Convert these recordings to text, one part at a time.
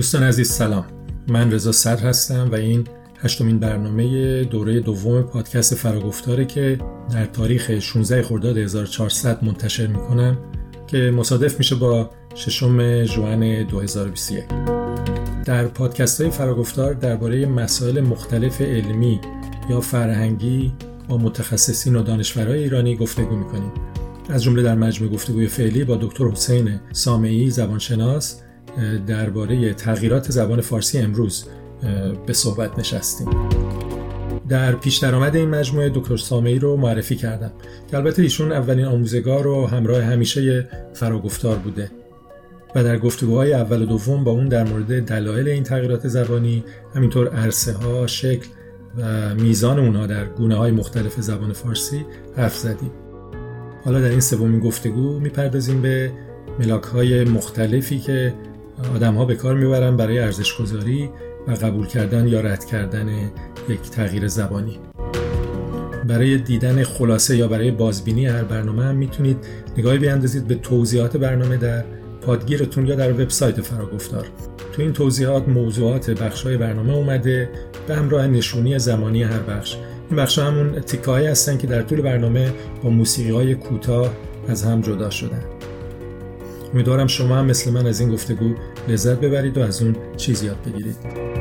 دوستان عزیز سلام، من رضا صدر هستم و این 8مین برنامه دوره دوم پادکست فراگفتاره که در تاریخ 16 خرداد 1400 منتشر میکنم که مصادف میشه با 6 ژوئن 2021. در پادکست های فراگفتار درباره مسائل مختلف علمی یا فرهنگی با متخصصین و دانشورای ایرانی گفتگو میکنیم. از جمله در مجموعه گفتگوی فعلی با دکتر حسین سامعی زبانشناس درباره تغییرات زبان فارسی امروز به صحبت نشستیم. در پیش درآمد این مجموعه دکتر سامعی رو معرفی کردم که البته ایشون اولین آموزگار و همراه همیشه فراگفتار بوده و در گفتگوهای اول و دوم با اون در مورد دلایل این تغییرات زبانی، همینطور عرصه ها، شکل و میزان اونها در گونه‌های مختلف زبان فارسی حرف زدیم. حالا در این سومین گفتگو میپردازیم به ملاک‌های مختلفی که آدم‌ها به کار میبرن برای ارزش‌گذاری و قبول کردن یا رد کردن یک تغییر زبانی. برای دیدن خلاصه یا برای بازبینی هر برنامه هم میتونید نگاهی بیاندازید به توضیحات برنامه در پادگیرتون یا در وبسایت فراگفتار. تو این توضیحات موضوعات بخش‌های برنامه اومده به همراه نشونی زمانی هر بخش. این بخش‌ها همون تیکه‌هایی هستن که در طول برنامه با موسیقی‌های کوتاه از هم جدا شدن. امیدوارم شما هم مثل من از این گفتگو لذت ببرید و از اون چیز یاد بگیرید.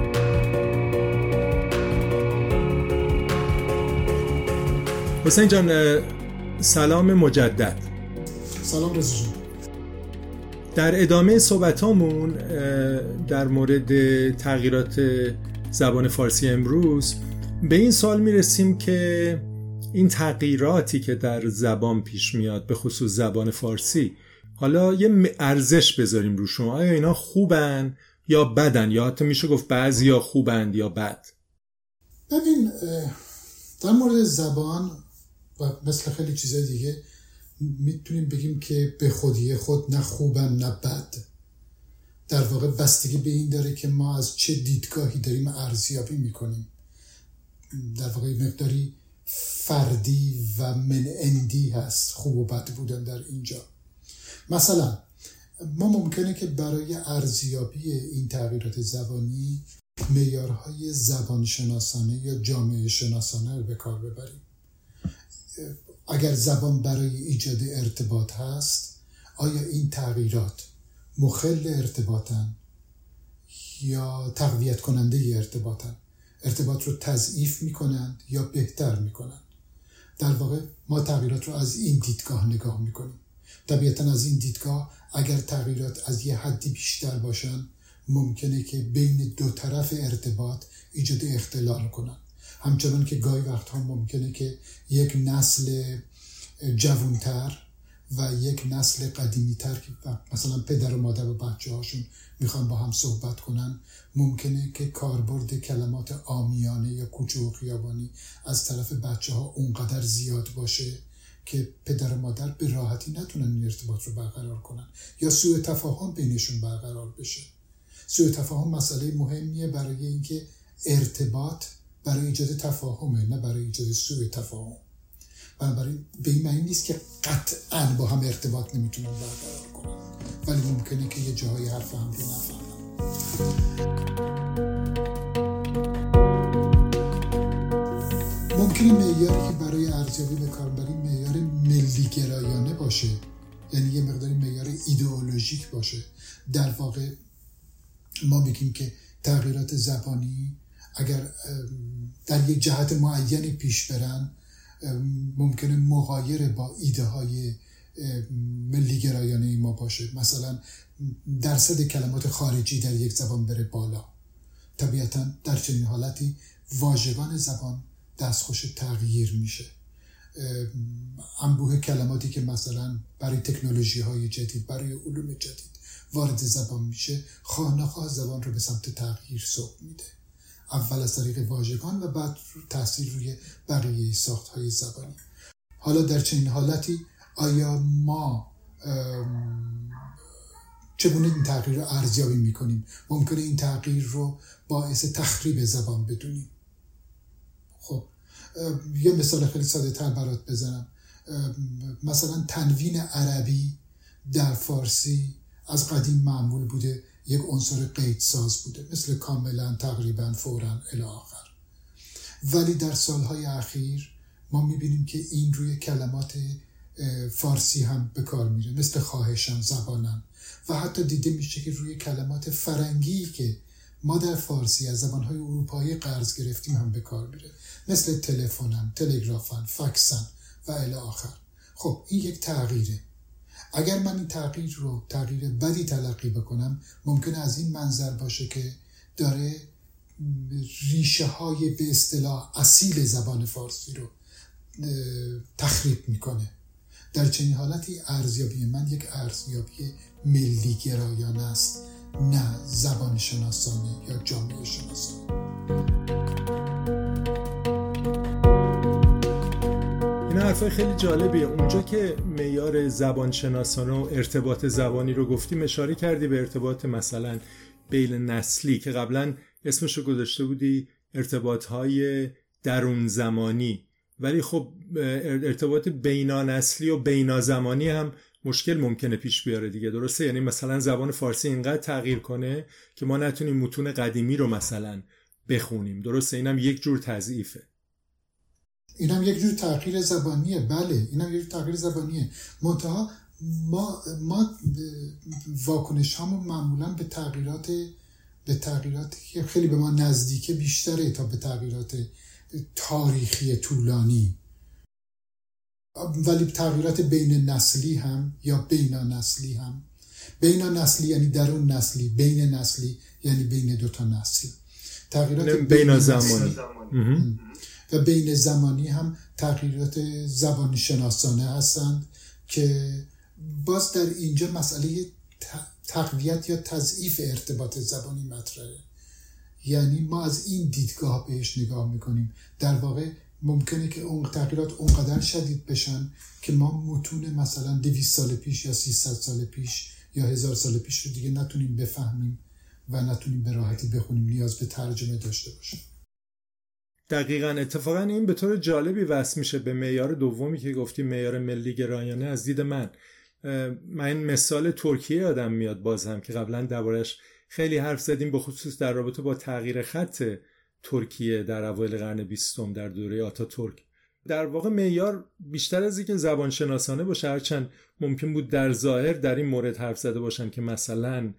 حسین جان، سلام مجدد. سلام رضا جان. در ادامه صحبتامون در مورد تغییرات زبان فارسی امروز به این سوال میرسیم که این تغییراتی که در زبان پیش میاد به خصوص زبان فارسی، حالا یه ارزش بذاریم روشون. آیا اینا خوبن یا بدن، یا حتی میشه گفت بعضیا خوبن یا بد؟ ببین، در مورد زبان و مثل خیلی چیزای دیگه میتونیم بگیم که به خودی خود نه خوبن نه بد. در واقع بستگی به این داره که ما از چه دیدگاهی داریم ارزیابی میکنیم. در واقع مقداری فردی و منعندی هست خوب و بد بودن در اینجا. مثلا ما ممکنه که برای ارزیابی این تغییرات زبانی معیارهای زبان شناسانه یا جامعه شناسانه رو به کار ببریم. اگر زبان برای ایجاد ارتباط هست، آیا این تغییرات مخل ارتباطن یا تقویت کننده ارتباطن؟ ارتباط رو تضعیف میکنند یا بهتر میکنند؟ در واقع ما تغییرات رو از این دیدگاه نگاه میکنیم. طبیعتاً از این دیدگاه اگر تغییرات از یه حدی بیشتر باشن ممکنه که بین دو طرف ارتباط ایجاد اختلال کنن. همچنان که گاهی وقتها ممکنه که یک نسل جوانتر و یک نسل قدیمیتر که مثلا پدر و مادر و بچه هاشون میخوان با هم صحبت کنن، ممکنه که کاربرد کلمات عامیانه یا کوچه و خیابانی از طرف بچه ها اونقدر زیاد باشه که پدر و مادر به راحتی نتونن این ارتباط رو برقرار کنن یا سوء تفاهم بینشون برقرار بشه. سوء تفاهم مسئله مهمیه برای اینکه ارتباط برای ایجاد تفاهمه، نه برای ایجاد سوء تفاهم. بنابراین به این معنی نیست که قطعاً با هم ارتباط نمیتونن برقرار کنن، ولی ممکنه که یه جاهای حرف هم رو نفهمن. ممکنه معیاری که برای ارزیابی به کار بریم معیار ملی گرایانه باشه، یعنی یه مقداری معیار ایدئولوژیک باشه. در واقع ما بگیم که تغییرات زبانی اگر در یک جهت معینی پیش برن ممکنه مغایر با ایده های ملی گرایانه ما باشه. مثلا درصد کلمات خارجی در یک زبان بره بالا. طبیعتاً در چنین حالتی واژگان زبان دستخوش تغییر میشه. انبوه کلماتی که مثلا برای تکنولوژی های جدید، برای علوم جدید وارد زبان میشه، خواه نخواه زبان رو به سمت تغییر سوق میده. اول از طریق واژگان و بعد تاثیر روی بقیه ساخت‌های زبانی. حالا در چنین حالتی آیا ما چگونه این تغییر رو ارزیابی میکنیم؟ ممکنه این تغییر رو باعث تخریب زبان بدونیم. خب یه مثال خیلی ساده تر برات بزنم. مثلا تنوین عربی در فارسی از قدیم معمول بوده یک عنصر قیدساز بوده، مثل کاملا، تقریبا، فوراً الی آخر. ولی در سالهای اخیر ما میبینیم که این روی کلمات فارسی هم به کار میره، مثل خواهشم، زبانم، و حتی دیده میشه که روی کلمات فرنگی که ما در فارسی از زبانهای اروپایی قرض گرفتیم هم به کار میره، مثل تلفنم، تلگرافم، فکسم و الی آخر. خب این یک تغییره. اگر من این تغییر رو تغییر بدی تلقی بکنم، ممکنه از این منظر باشه که داره ریشه های به اصطلاح اصیل زبان فارسی رو تخریب میکنه. در چنین حالتی ارزیابی من یک ارزیابی ملی گرایانه است، نه زبان شناسانه یا جامعه شناسانه. این حرفای خیلی جالبیه. اونجا که معیار زبان شناسانه و ارتباط زبانی رو گفتیم، اشاره کردی به ارتباط مثلا بین نسلی که قبلا اسمش رو گذاشته بودی ارتباطهای درون زمانی، ولی خب ارتباط بینانسلی و بینازمانی هم مشکل ممکنه پیش بیاره دیگه، درسته؟ یعنی مثلا زبان فارسی اینقدر تغییر کنه که ما نتونیم متون قدیمی رو مثلا بخونیم، درسته؟ اینم یک جور تضعیفه. اینم یک جور تغییر زبانیه. بله، اینم یک جور تغییر زبانیه. منتها ما واکنش هامون معمولا به تغییراتی که خیلی به ما نزدیکه بیشتره تا به تغییرات تاریخی طولانی. ولی تغییرات بین نسلی هم یا بینانسلی هم، بینانسلی یعنی درون نسلی، بین نسلی یعنی بین دوتا نسل، تغییرات بین زمانی و بین زمانی هم تغییرات زبان شناسانه هستند که باز در اینجا مسئله تقویت یا تضعیف ارتباط زبانی مطرحه. یعنی ما از این دیدگاه بهش نگاه میکنیم. در واقع ممکنه که اون تغییرات اونقدر شدید بشن که ما متون مثلا 200 سال پیش یا 300 سال پیش یا 1000 سال پیش رو دیگه نتونیم بفهمیم و نتونیم به راحتی بخونیم، نیاز به ترجمه داشته باشیم. دقیقاً. اتفاقاً این به طور جالبی وصل میشه به معیار دومی که گفتی، معیار ملی گرایانه. از دید من مثال ترکیه یادم میاد باز هم که قبلا دربارش خیلی حرف زدیم، به خصوص در رابطه با تغییر خط ترکیه در اوایل قرن 20 در دوره آتاتورک. در واقع معیار بیشتر از اینکه زبان شناسانه باشه، هرچند ممکن بود در ظاهر در این مورد حرف زده باشن که مثلا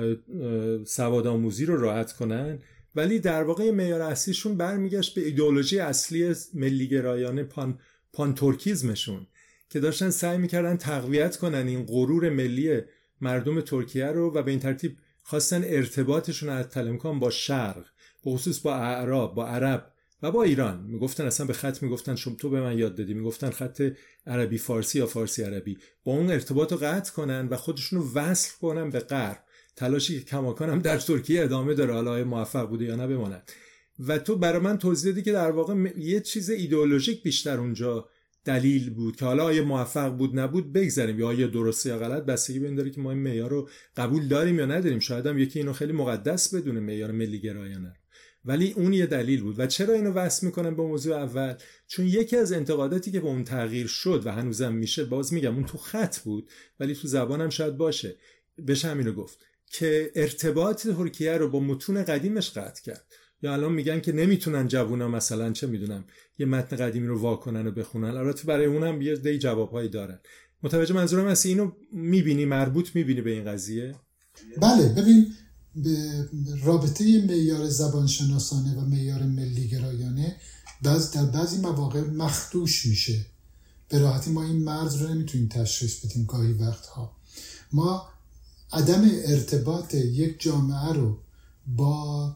سوادآموزی رو راحت کنن، ولی در واقع معیار اصلیشون برمیگشت به ایدئولوژی اصلی ملی گرایانه، پان ترکیزمشون، که داشتن سعی میکردن تقویت کنن این غرور ملی مردم ترکیه رو و به این ترتیب خواستن ارتباطشون از تلمکان با شرق، به خصوص با اعراب، با عرب و با ایران، میگفتن اصلا به خط میگفتن شما تو به من یاد دادی، میگفتن خط عربی فارسی یا فارسی عربی، با اون ارتباط رو قطع کنن و خودشون رو وصل کنن به غرب. تلاشی که کماکان هم در ترکیه ادامه داره، حالا موفق بوده یا نه بماند. و تو برای من توضیح دادی که در واقع یه چیز ایدئولوژیک بیشتر اونجا دلیل بود که حالا آیا موفق بود نبود بگذاریم، یا آیا درسته یا غلط بستگی به این داره که ما این معیار رو قبول داریم یا نداریم. شاید هم یکی اینو خیلی مقدس بدونه، معیار ملی گرایانه، ولی اون یه دلیل بود. و چرا اینو وصل میکنم به موضوع اول؟ چون یکی از انتقاداتی که به اون تغییر شد و هنوزم میشه، باز میگم اون تو خط بود ولی تو زبانم شاید باشه، بشه همینو گفت که ارتباط ترکیه رو با متون قدیمش قطع کرد. یا الان میگن که نمیتونن جوونا مثلا چه میدونم یه متن قدیمی رو واکنن و بخونن. البته برای اونم یه دی جوابهایی دارن. متوجه منظورم هستی؟ اینو میبینی مربوط میبینی به این قضیه؟ بله. ببین، به رابطه معیار زبان شناسانه و معیار ملی گرایانه در بعضی مواقع مخدوش میشه. به راحتی ما این مرز رو نمیتونیم تشخیص بدیم. گاهی وقتها ما عدم ارتباط یک جامعه رو با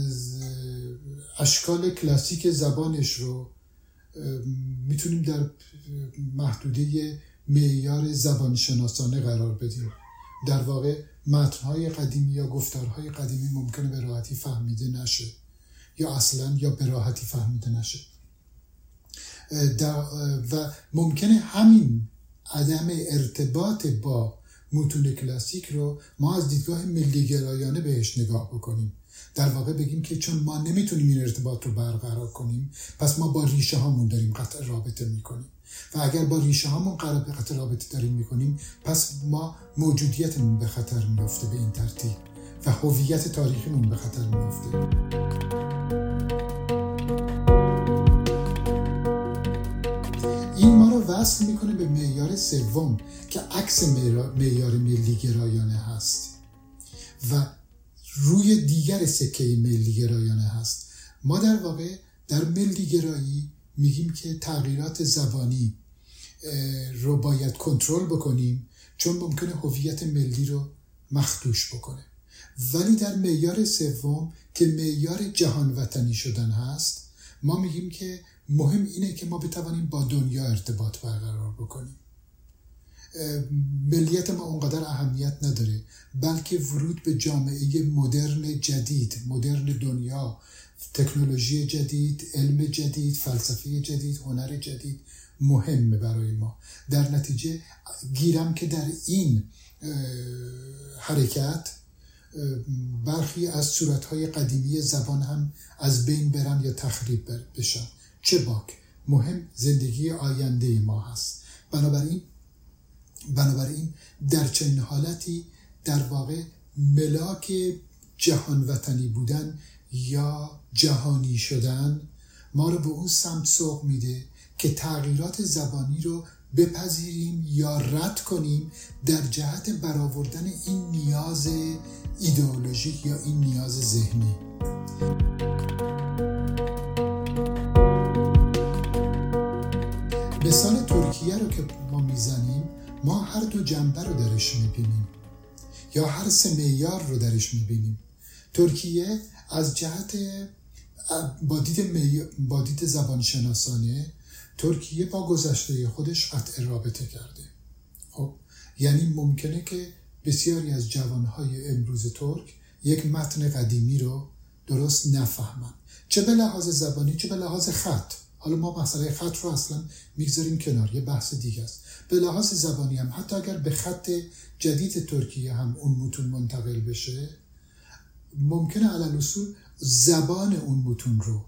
اشکال کلاسیک زبانش رو میتونیم در محدوده معیار زبان شناسانه قرار بدیم. در واقع متن‌های قدیمی یا گفتارهای قدیمی ممکنه به راحتی فهمیده نشه یا اصلا یا به راحتی فهمیده نشه و ممکنه همین عدم ارتباط با متون کلاسیک رو ما از دیدگاه ملی گرایانه بهش نگاه بکنیم. در واقع بگیم که چون ما نمیتونیم این ارتباط رو برقرار کنیم، پس ما با ریشه هامون داریم قطع رابطه میکنیم و اگر با ریشه هامون قطع رابطه داریم میکنیم، پس ما موجودیتمون به خطر میفته به این ترتیب و هویت تاریخیمون به خطر میفته. این ما رو وصل میکنه به معیار سوم که عکس معیار ملی گرایانه هست و روی دیگر سکه ملی گرایانه هست. ما در واقع در ملی گرایی میگیم که تغییرات زبانی رو باید کنترل بکنیم چون ممکنه هویت ملی رو مخدوش بکنه. ولی در معیار سوم که معیار جهان وطنی شدن هست، ما میگیم که مهم اینه که ما بتوانیم با دنیا ارتباط برقرار بکنیم. ملیت ما اونقدر اهمیت نداره، بلکه ورود به جامعه مدرن جدید، مدرن دنیا، تکنولوژی جدید، علم جدید، فلسفه جدید، هنر جدید مهمه برای ما. در نتیجه گیرم که در این حرکت برخی از صورتهای قدیمی زبان هم از بین برن یا تخریب بشن. چه باک؟ مهم زندگی آینده ما هست. بنابراین در چنین حالتی در واقع ملاک جهان وطنی بودن یا جهانی شدن ما رو به اون سمت سوق میده که تغییرات زبانی رو بپذیریم یا رد کنیم در جهت برآوردن این نیاز ایدئولوژیک یا این نیاز ذهنی. مثال ترکیه رو که ما میزنیم، ما هر دو جنبه رو درش میبینیم یا هر سه معیار رو درش میبینیم. ترکیه از جهت با دید زبانشناسانه، ترکیه با گذشته خودش قطع رابطه کرده. خب یعنی ممکنه که بسیاری از جوانهای امروز ترک یک متن قدیمی رو درست نفهمن، چه به لحاظ زبانی چه به لحاظ خط. حالا ما مسئله خط رو اصلا میگذاریم کنار، یه بحث دیگه است. به لحاظ زبانی هم حتی اگر به خط جدید ترکیه هم اون متون منتقل بشه، ممکنه علالرسول زبان اون متون رو،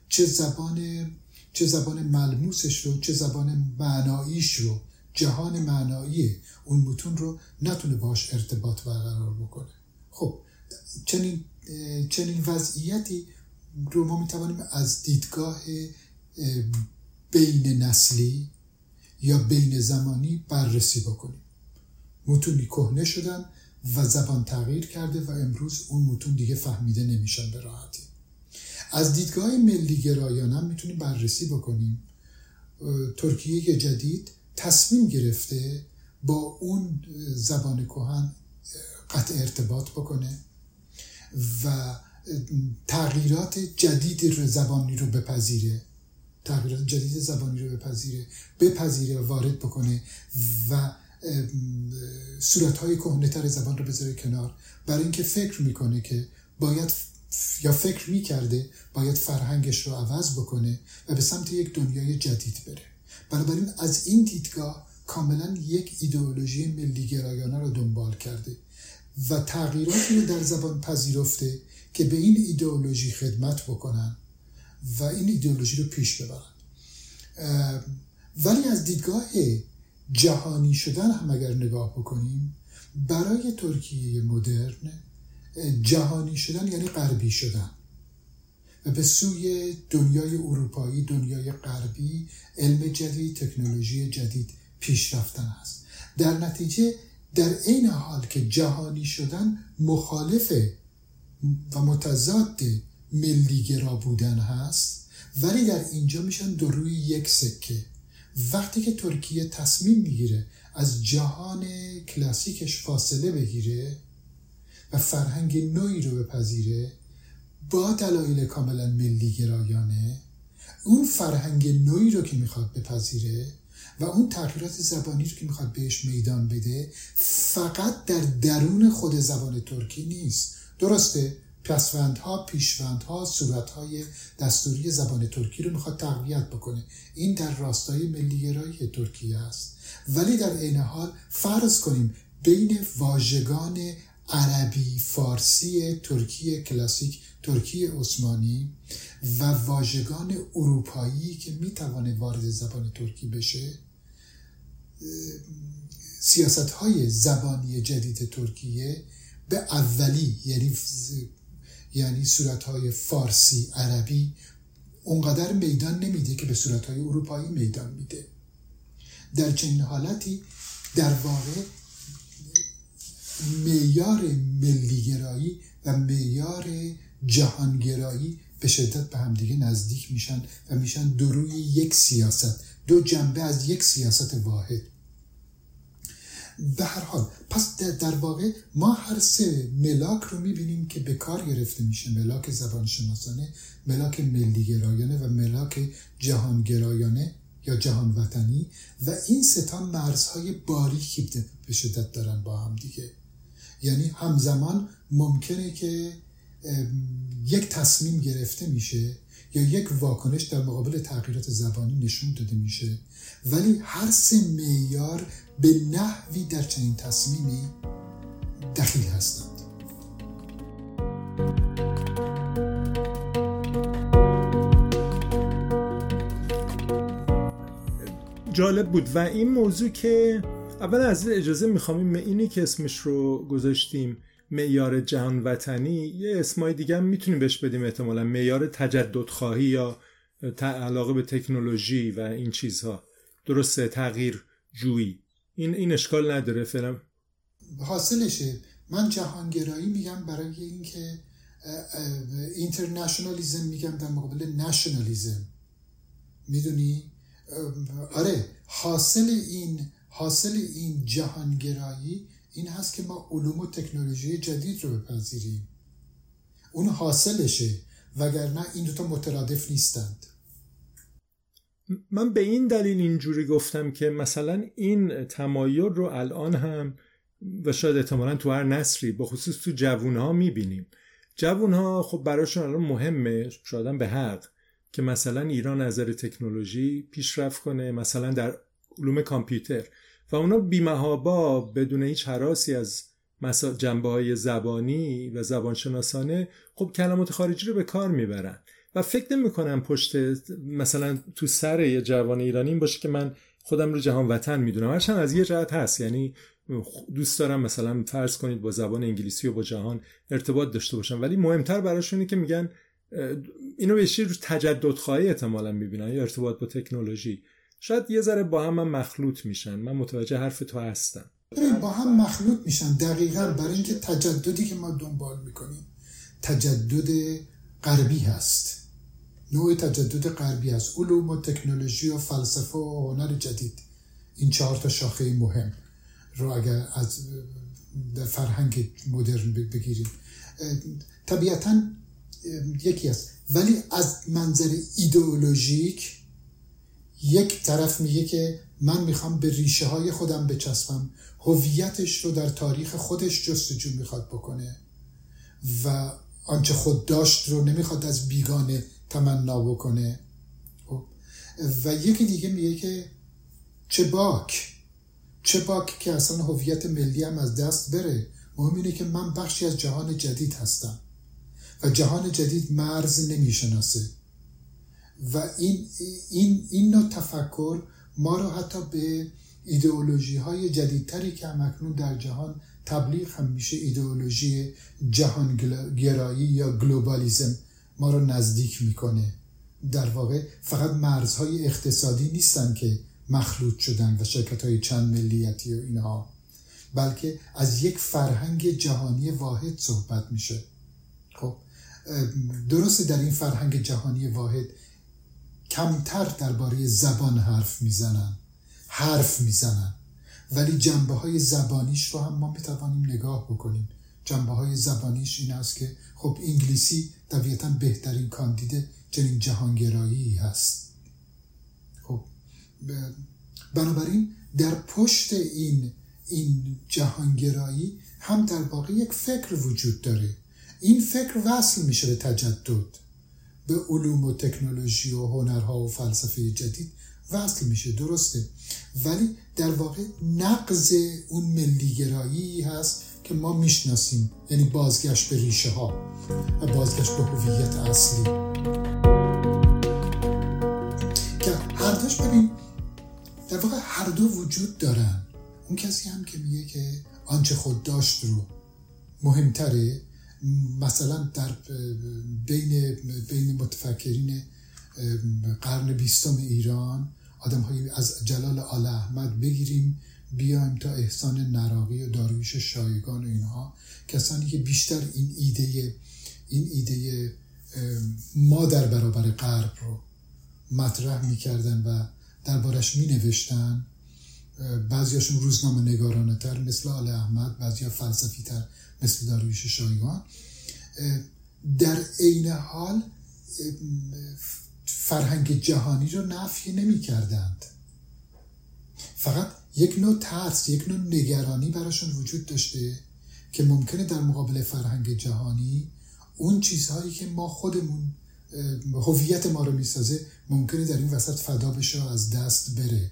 چه زبان ملموسش رو، چه زبان معناییش رو، جهان معنایی اون متون رو نتونه باش ارتباط برقرار بکنه. خب چنین وضعیتی رو ما میتوانیم از دیدگاه بین نسلی یا بین زمانی بررسی بکنیم. متونی کهنه شدن و زبان تغییر کرده و امروز اون متون دیگه فهمیده نمیشن به راحتی. از دیدگاه ملی گرایانه هم میتونیم بررسی بکنیم. ترکیه جدید تصمیم گرفته با اون زبان کهن قطع ارتباط بکنه و تغییرات جدید زبانی رو بپذیره و وارد بکنه و صورتهای کهنه‌تر زبان رو بذاره کنار، برای اینکه فکر میکنه که فکر میکرده باید فرهنگش رو عوض بکنه و به سمت یک دنیای جدید بره. بنابراین از این دیدگاه کاملا یک ایدئولوژی ملی گرایانه رو دنبال کرده و تغییراتی رو در زبان پذیرفته که به این ایدئولوژی خدمت بکنن و این ایدئولوژی رو پیش ببرن. ولی از دیدگاه جهانی شدن هم اگر نگاه بکنیم، برای ترکیه مدرن جهانی شدن یعنی غربی شدن و به سوی دنیای اروپایی، دنیای غربی، علم جدید، تکنولوژی جدید پیش رفتن است. در نتیجه در عین حال که جهانی شدن مخالف و متضاد ملی‌گرا بودن هست، ولی در اینجا میشن دو روی یک سکه. وقتی که ترکیه تصمیم میگیره از جهان کلاسیکش فاصله بگیره و فرهنگ نوعی رو بپذیره با دلایل کاملا ملی گرایانه، اون فرهنگ نوعی رو که میخواد بپذیره و اون تغییرات زبانی رو که میخواد بهش میدان بده فقط در درون خود زبان ترکی نیست. درسته پسوندها، پیشوندها، صورتهای دستوری زبان ترکی رو میخواد تقویت بکنه، این در راستای ملی‌گرایی ترکیه است. ولی در عین حال فرض کنیم بین واژگان عربی فارسی ترکی کلاسیک، ترکی عثمانی و واژگان اروپایی که میتوانه وارد زبان ترکی بشه، سیاست‌های زبانی جدید ترکیه به اولی یعنی صورتهای فارسی عربی اونقدر میدان نمیده که به صورتهای اروپایی میدان میده. در چنین حالتی در واقع معیار ملیگرایی و معیار جهانگرایی به شدت به همدیگه نزدیک میشن و میشن دو روی یک سیاست، دو جنبه از یک سیاست واحد. به هر حال پس در واقع ما هر سه ملاک رو میبینیم که به کار گرفته میشه: ملاک زبانشناسانه، ملاک ملیگرایانه و ملاک جهانگرایانه یا جهان وطنی، و این سه تا مرزهای باریکی به شدت دارن با هم دیگه. یعنی همزمان ممکنه که یک تصمیم گرفته میشه یا یک واکنش در مقابل تغییرات زبانی نشون داده میشه، ولی هر سه معیار به نحوی در چنین تصمیمی دخیل هستند. جالب بود. و این موضوع که اول از اجازه میخوام اینی که اسمش رو گذاشتیم معیار جهان وطنی، یه اسمای دیگه هم میتونیم بهش بدیم احتمالاً، معیار تجدد خواهی یا علاقه به تکنولوژی و این چیزها. درسته، تغییر جویی. این اشکال نداره فعلا. حاصلشه من جهانگرایی میگم برای اینکه اینترنشنالیزم میگم در مقابل نشنالیزم. میدونی؟ آره، حاصل این جهانگرایی این هست که ما علوم و تکنولوژی جدید رو بپذیریم. اون حاصلشه، وگرنه این دوتا مترادف نیستند. من به این دلیل اینجوری گفتم که مثلا این تمایل رو الان هم و شاید احتمالاً تو هر نسلی به خصوص تو جوانها میبینیم. جوانها خب براشون الان مهمه، شاید به حق، که مثلا ایران نظر تکنولوژی پیشرفت کنه، مثلا در علوم کامپیوتر، و اونا بی‌محابا بدون هیچ هراسی از جنبه‌های زبانی و زبانشناسانه خب کلمات خارجی رو به کار میبرن و فکر نمی‌کنم پشت مثلا تو سر یه جوان ایرانی این باشه که من خودم رو جهان وطن میدونم. هرچند از یه جهت هست، یعنی دوست دارم مثلا فرض کنید با زبان انگلیسی و با جهان ارتباط داشته باشم، ولی مهمتر براشونه که میگن اینو به شکلی تجدد خواهی احتمالاً میبینن یا ارتباط با تکنولوژی. شاید یه ذره با هم مخلوط میشن. من متوجه حرف تو هستم. با هم مخلوط میشن دقیقاً، برای اینکه تجددی که ما دنبال میکنیم تجدد غربی هست، نوع تجدد غربی هست. علوم و تکنولوژی و فلسفه و هنر جدید، این 4 تا شاخه مهم رو اگر از فرهنگ مدرن بگیریم طبیعتاً یکی هست، ولی از منظر ایدئولوژیک یک طرف میگه که من میخوام به ریشه های خودم بچسبم، هویتش رو در تاریخ خودش جستجو میخواد بکنه و آنچه خود داشت رو نمیخواد از بیگانه تمنا بکنه. و یکی دیگه میگه که چه باک که اصلا هویت ملی هم از دست بره، مهم اینه که من بخشی از جهان جدید هستم و جهان جدید مرز نمیشناسه. و این نوع تفکر ما رو حتی به ایدئولوژی های جدیدتری که همکنون در جهان تبلیغ هم میشه، ایدئولوژی جهانگرایی یا گلوبالیسم، ما رو نزدیک میکنه. در واقع فقط مرزهای اقتصادی نیستن که مخلوط شدن و شرکت‌های چند ملیتی و اینها، بلکه از یک فرهنگ جهانی واحد صحبت میشه. خب درسته در این فرهنگ جهانی واحد کمتر درباره زبان حرف میزنن، ولی جنبه‌های زبانیش رو هم ما میتوانیم نگاه بکنیم. جنبه‌های زبانیش این است که خب انگلیسی طبیعتاً بهترین کاندید چنین جهانگرایی هست. خب بنابراین در پشت این جهانگرایی هم در واقع یک فکر وجود داره. این فکر وصل میشه به تجدد، به علوم و تکنولوژی و هنرها و فلسفه جدید وصل میشه، درسته، ولی در واقع نقض اون ملیگرایی هست که ما میشناسیم، یعنی بازگشت به ریشه ها و بازگشت به هویت اصلی. که هر دوش ببین در واقع هر دو وجود دارن. اون کسی هم که میگه که آنچه خود داشت رو مهمتره. مثلا در بین متفکرین قرن 20 ایران آدم‌های از جلال آل احمد بگیریم بیایم تا احسان نراقی و داریوش شایگان و اینها، کسانی که بیشتر این ایده ما در برابر غرب رو مطرح می‌کردن و دربارش می‌نوشتن. بعضیاشون روزنامه نگارانه تر مثل آل احمد، بعضیا فلسفی تر مثل داریوش شایگان. در عین حال فرهنگ جهانی رو نفی نمی کردند، فقط یک نوع ترس، یک نوع نگرانی براشون وجود داشته که ممکنه در مقابل فرهنگ جهانی اون چیزهایی که ما خودمون هویت ما رو میسازه ممکنه در این وسط فدا بشه و از دست بره.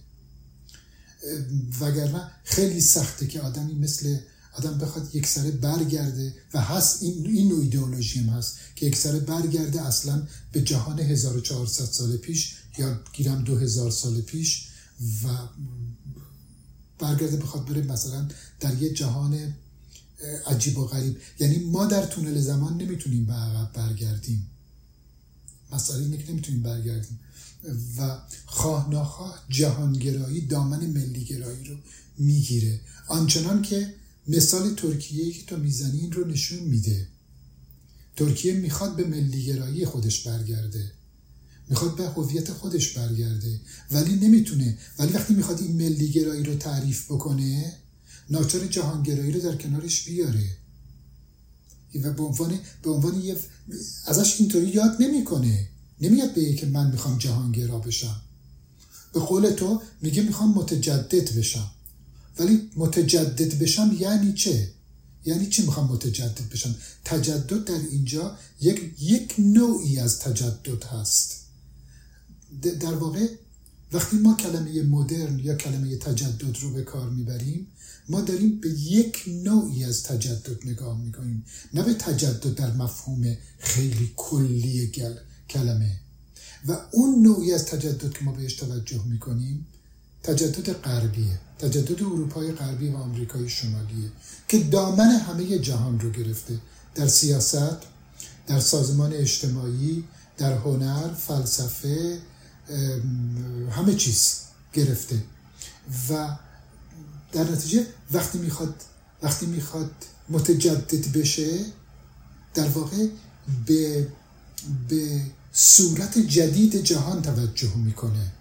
وگرنه خیلی سخته که آدم بخواد یک سره برگرده و هست این نوع ایدئولوژی هم هست که یک سره برگرده اصلا به جهان 1400 سال پیش یا گیرم 2000 سال پیش و برگرده بخواد بره مثلا در یه جهان عجیب و غریب. یعنی ما در تونل زمان نمیتونیم به عقب برگردیم، مسئله اینه که نمیتونیم برگردیم و خواه ناخواه جهانگرایی دامن ملیگرایی رو میگیره، آنچنان که مثال ترکیه‌ای که تو میزنی این رو نشون میده. ترکیه میخواد به ملیگرایی خودش برگرده، میخواد به هویت خودش برگرده، ولی نمیتونه. ولی وقتی میخواد این ملیگرایی رو تعریف بکنه ناچار جهانگرایی رو در کنارش بیاره و به عنوان یه ازش اینطوری یاد نمیکنه. نمیاد بگه که من میخوام جهانگرا بشم. به قول تو میگه میخوام متجدد بشم. ولی متجدد بشم یعنی چه؟ یعنی چی میخوام متجدد بشم؟ تجدد در اینجا یک نوعی از تجدد هست. در واقع وقتی ما کلمه مدرن یا کلمه تجدد رو به کار میبریم ما داریم به یک نوعی از تجدد نگاه میکنیم، نه به تجدد در مفهوم خیلی کلی کلمه. و اون نوعی از تجدد که ما بهش توجه میکنیم تجدد غربیه، تجدد اروپای غربی و آمریکای شمالیه که دامن همه جهان رو گرفته، در سیاست، در سازمان اجتماعی، در هنر، فلسفه، همه چیز گرفته. و در نتیجه وقتی میخواد متجدد بشه در واقع به صورت جدید جهان توجه میکنه.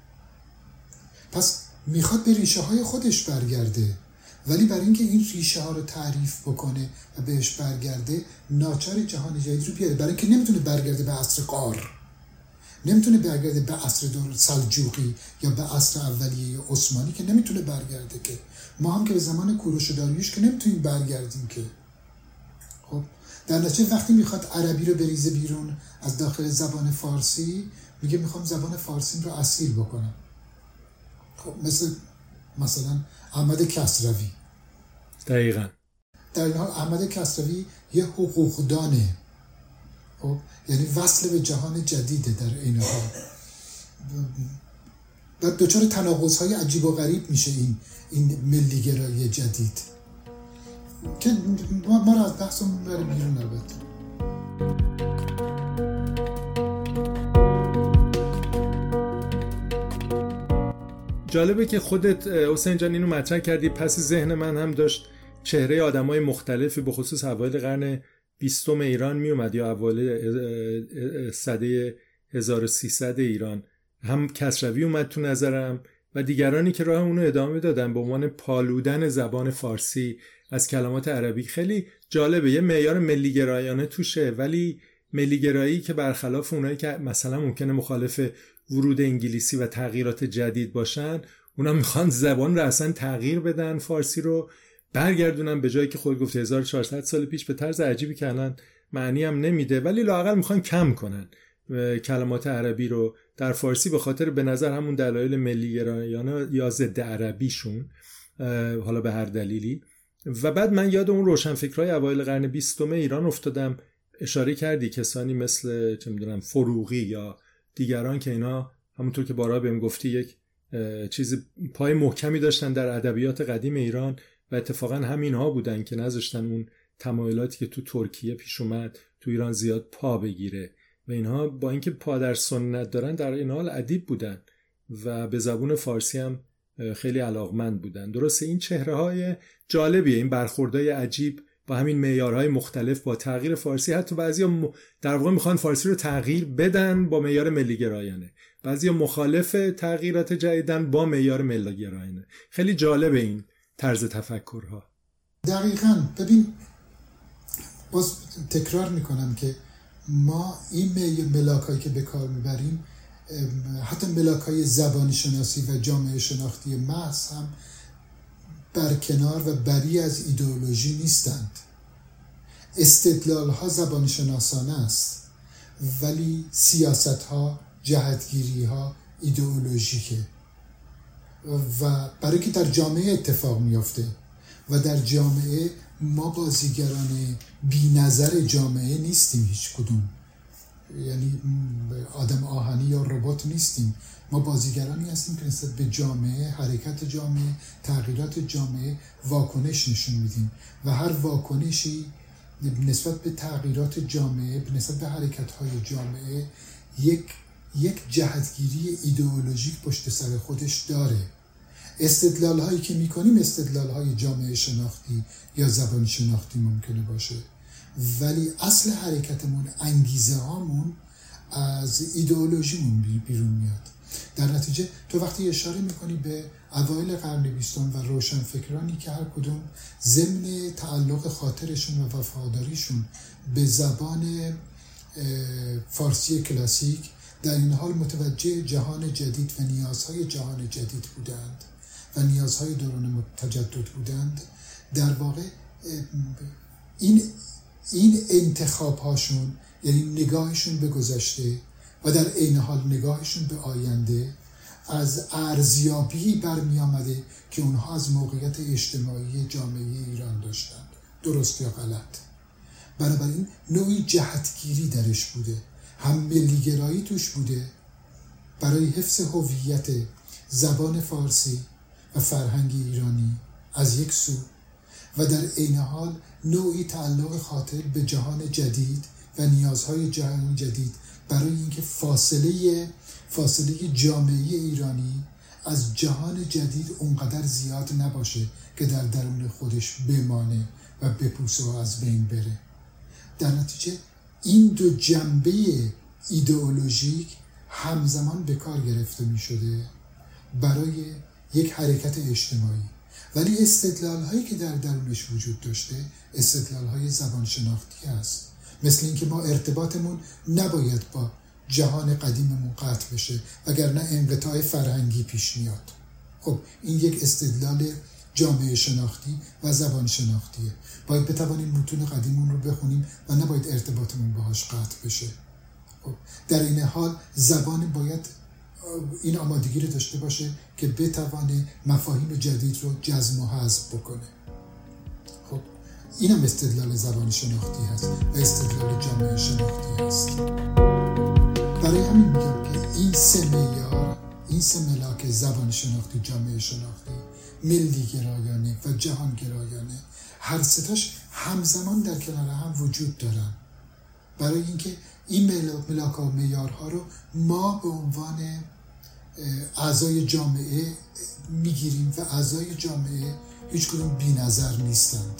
پس میخواد به ریشه های خودش برگرده، ولی برای اینکه این ریشه ها رو تعریف بکنه و بهش برگرده ناچار جهان جدید رو بیاره. برای اینکه نمیتونه برگرده به عصر قار، نمیتونه برگرده به عصر دور سلجوقی یا به عصر اولیه عثمانی که نمیتونه برگرده. که ما هم که به زمان کوروش و داریوش که نمیتونیم برگردیم که. خب در نتیجه وقتی میخواد عربی رو بریزه بیرون از داخل زبان فارسی میگه میخوام زبان فارسی رو اصیل بکنم. خب مثلا احمد کسروی. دقیقاً در این حال احمد کسروی یه حقوقدانه، خب یعنی وصل به جهان جدیده در این حال. بعد دچار تناقض‌های عجیب و غریب میشه این ملیگرایی جدید که ما را از بحثمون بره بیرون. البته جالبه که خودت حسین جان اینو مطرح کردی، پس ذهن من هم داشت چهره آدمای مختلفی به خصوص اوایل قرن 20 ایران می اومد یا اوایل سده 1300 ایران. هم کسروی اومد تو نظرم و دیگرانی که راه اونو ادامه دادن به عنوان پالودن زبان فارسی از کلمات عربی. خیلی جالبه، یه معیار ملیگرایانه توشه، ولی ملیگرایی که برخلاف اونایی که مثلا ممکنه مخالف ورود انگلیسی و تغییرات جدید باشن، اونا میخوان زبان رو اصلا تغییر بدن، فارسی رو برگردونن به جایی که خود گفت 1400 سال پیش به طرز عجیبی که الان معنی هم نمیده، ولی لااقل میخوان کم کنن کلمات عربی رو در فارسی به خاطر به نظر همون دلایل ملیگرایانه یا ضد عربیشون، حالا به هر دلیلی. و بعد من یاد اون روشنفکرای اوایل قرن 20 ایران افتادم. اشاره کردی کسانی مثل چه میدونم فروغی یا دیگران که اینا همونطور که بارها بهم گفتی یک چیز پای محکمی داشتن در ادبیات قدیم ایران و اتفاقا همینها بودن که نذاشتن اون تمایلاتی که تو ترکیه پیش اومد تو ایران زیاد پا بگیره و اینها با اینکه پا در سنت دارن در این حال ادیب بودن و به زبون فارسی هم خیلی علاقمند بودن. درسته این چهره‌های جالبیه، این برخوردهای عجیب با همین معیارهای مختلف با تغییر فارسی. حتی بعضیا در واقع میخوان فارسی رو تغییر بدن با معیار ملی گرایانه، بعضیا مخالف تغییرات جدیدن با معیار ملی گرایانه. خیلی جالبه این طرز تفکرها. دقیقاً. ببین باز تکرار میکنم که ما این ملاکایی که به کار میبریم، حتی ملاکای زبان شناسی و جامعه شناختی محض هم برکنار و بری از ایدئولوژی نیستند. استدلال ها زبان شناسانه است ولی سیاست ها، جهتگیری ها ایدئولوژیکه و برای که در جامعه اتفاق میافته و در جامعه ما بازیگران بی نظر جامعه نیستیم هیچ کدوم، یعنی آدم آهنی یا ربات نیستیم. ما بازیگرانی هستیم که نسبت به جامعه، حرکت جامعه، تغییرات جامعه واکنش نشون میدیم و هر واکنشی نسبت به تغییرات جامعه، نسبت به حرکت‌های جامعه یک جهتگیری ایدئولوژیک پشت سر خودش داره. استدلال هایی که میکنیم استدلال های جامعه شناختی یا زبان شناختی ممکنه باشه، ولی اصل حرکتمون، انگیزه هامون از ایدئولوژیمون بیرون میاد. در نتیجه تو وقتی اشاره میکنی به اوایل قرن 20 و روشنفکرانی که هر کدوم ضمن تعلق خاطرشون و وفاداریشون به زبان فارسی کلاسیک در این حال متوجه جهان جدید و نیازهای جهان جدید بودند و نیازهای دوران تجدد بودند، در واقع این انتخاب هاشون، یعنی نگاهشون به گذشته و در عین حال نگاهشون به آینده، از ارزیابی برمی آمده که اونها از موقعیت اجتماعی جامعه ایران داشتند، درست یا غلط. بنابراین نوعی جهتگیری درش بوده، هم ملیگرایی توش بوده برای حفظ هویت زبان فارسی و فرهنگ ایرانی از یک سو، و در عین حال نوعی تعلق خاطر به جهان جدید و نیازهای جهان جدید برای اینکه فاصله جامعه ایرانی از جهان جدید اونقدر زیاد نباشه که در درون خودش بمانه و بپوسه و از بین بره. در نتیجه این دو جنبه ایدئولوژیک همزمان به کار گرفته می شده برای یک حرکت اجتماعی، ولی استدلال هایی که در درونش وجود داشته استدلال های زبان شناختی هست، مثل اینکه ما ارتباطمون نباید با جهان قدیممون قطع بشه وگرنه انقطاع فرهنگی پیش میاد. خب این یک استدلال جامعه شناختی و زبان شناختیه. باید بتوانیم متون قدیممون رو بخونیم و نباید ارتباطمون باهاش قطع بشه. خب در این حال زبان باید این آمادگی رو داشته باشه که بتوانه مفاهیم جدید رو جزم و حذف بکنه. خب این هم استدلال زبان شناختی هست و استدلال جامعه شناختی هست. برای همین میگم که این سه معیار، این سه ملاک زبان شناختی، جامعه شناختی، ملی گرایانه و جهان گرایانه، هر ستاش همزمان در کنار هم وجود دارن برای اینکه این ملاک و معیارها رو ما به عنوان اعضای جامعه میگیریم و اعضای جامعه هیچ کدوم بی نظر نیستند.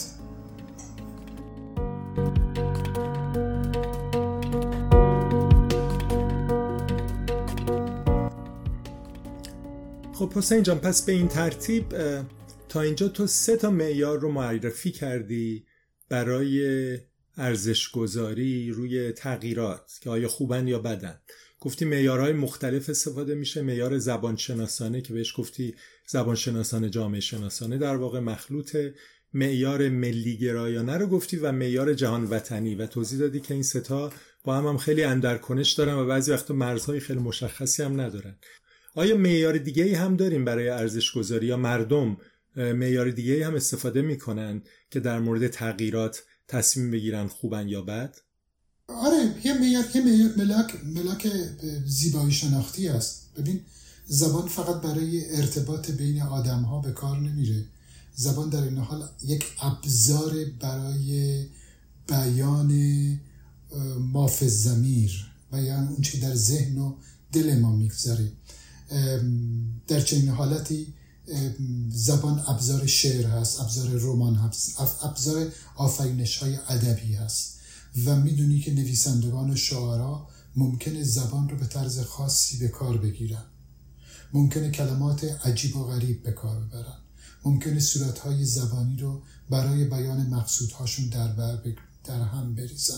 خب حسین جان، پس به این ترتیب تا اینجا تو 3 معیار رو معرفی کردی برای ارزش‌گذاری روی تغییرات که آیا خوبن یا بدن. گفتی معیارهای مختلف استفاده میشه، معیار زبان شناسانه که بهش گفتی زبان شناسانه جامعه شناسانه در واقع مخلوطه، معیار ملی گرایانه رو گفتی و معیار جهان وطنی، و توضیح دادی که این 3 با هم خیلی اندرکنش دارن و بعضی وقتا مرزهای خیلی مشخصی هم ندارن. آیا معیار دیگه‌ای هم داریم برای ارزش‌گذاری یا مردم معیار دیگه‌ای هم استفاده میکنن که در مورد تغییرات تصمیم بگیرن خوبن یا بد؟ آره، یه ملاک زیبایی شناختی هست. ببین زبان فقط برای ارتباط بین آدم‌ها به کار نمیره، زبان در این حال یک ابزار برای بیان ما فی الضمیر، بیان اون چی در ذهن و دل ما میگذره. در چنین حالتی زبان ابزار شعر هست، ابزار رمان هست، ابزار آفرینش‌های ادبی هست و میدونی که نویسندگان و شاعرها ممکنه زبان رو به طرز خاصی به کار بگیرن، ممکنه کلمات عجیب و غریب به کار ببرن، ممکنه صورت‌های زبانی رو برای بیان مقصودهاشون در هم بریزن.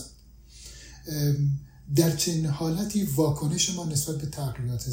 در چنین حالتی واکنش ما نسبت به تغییرات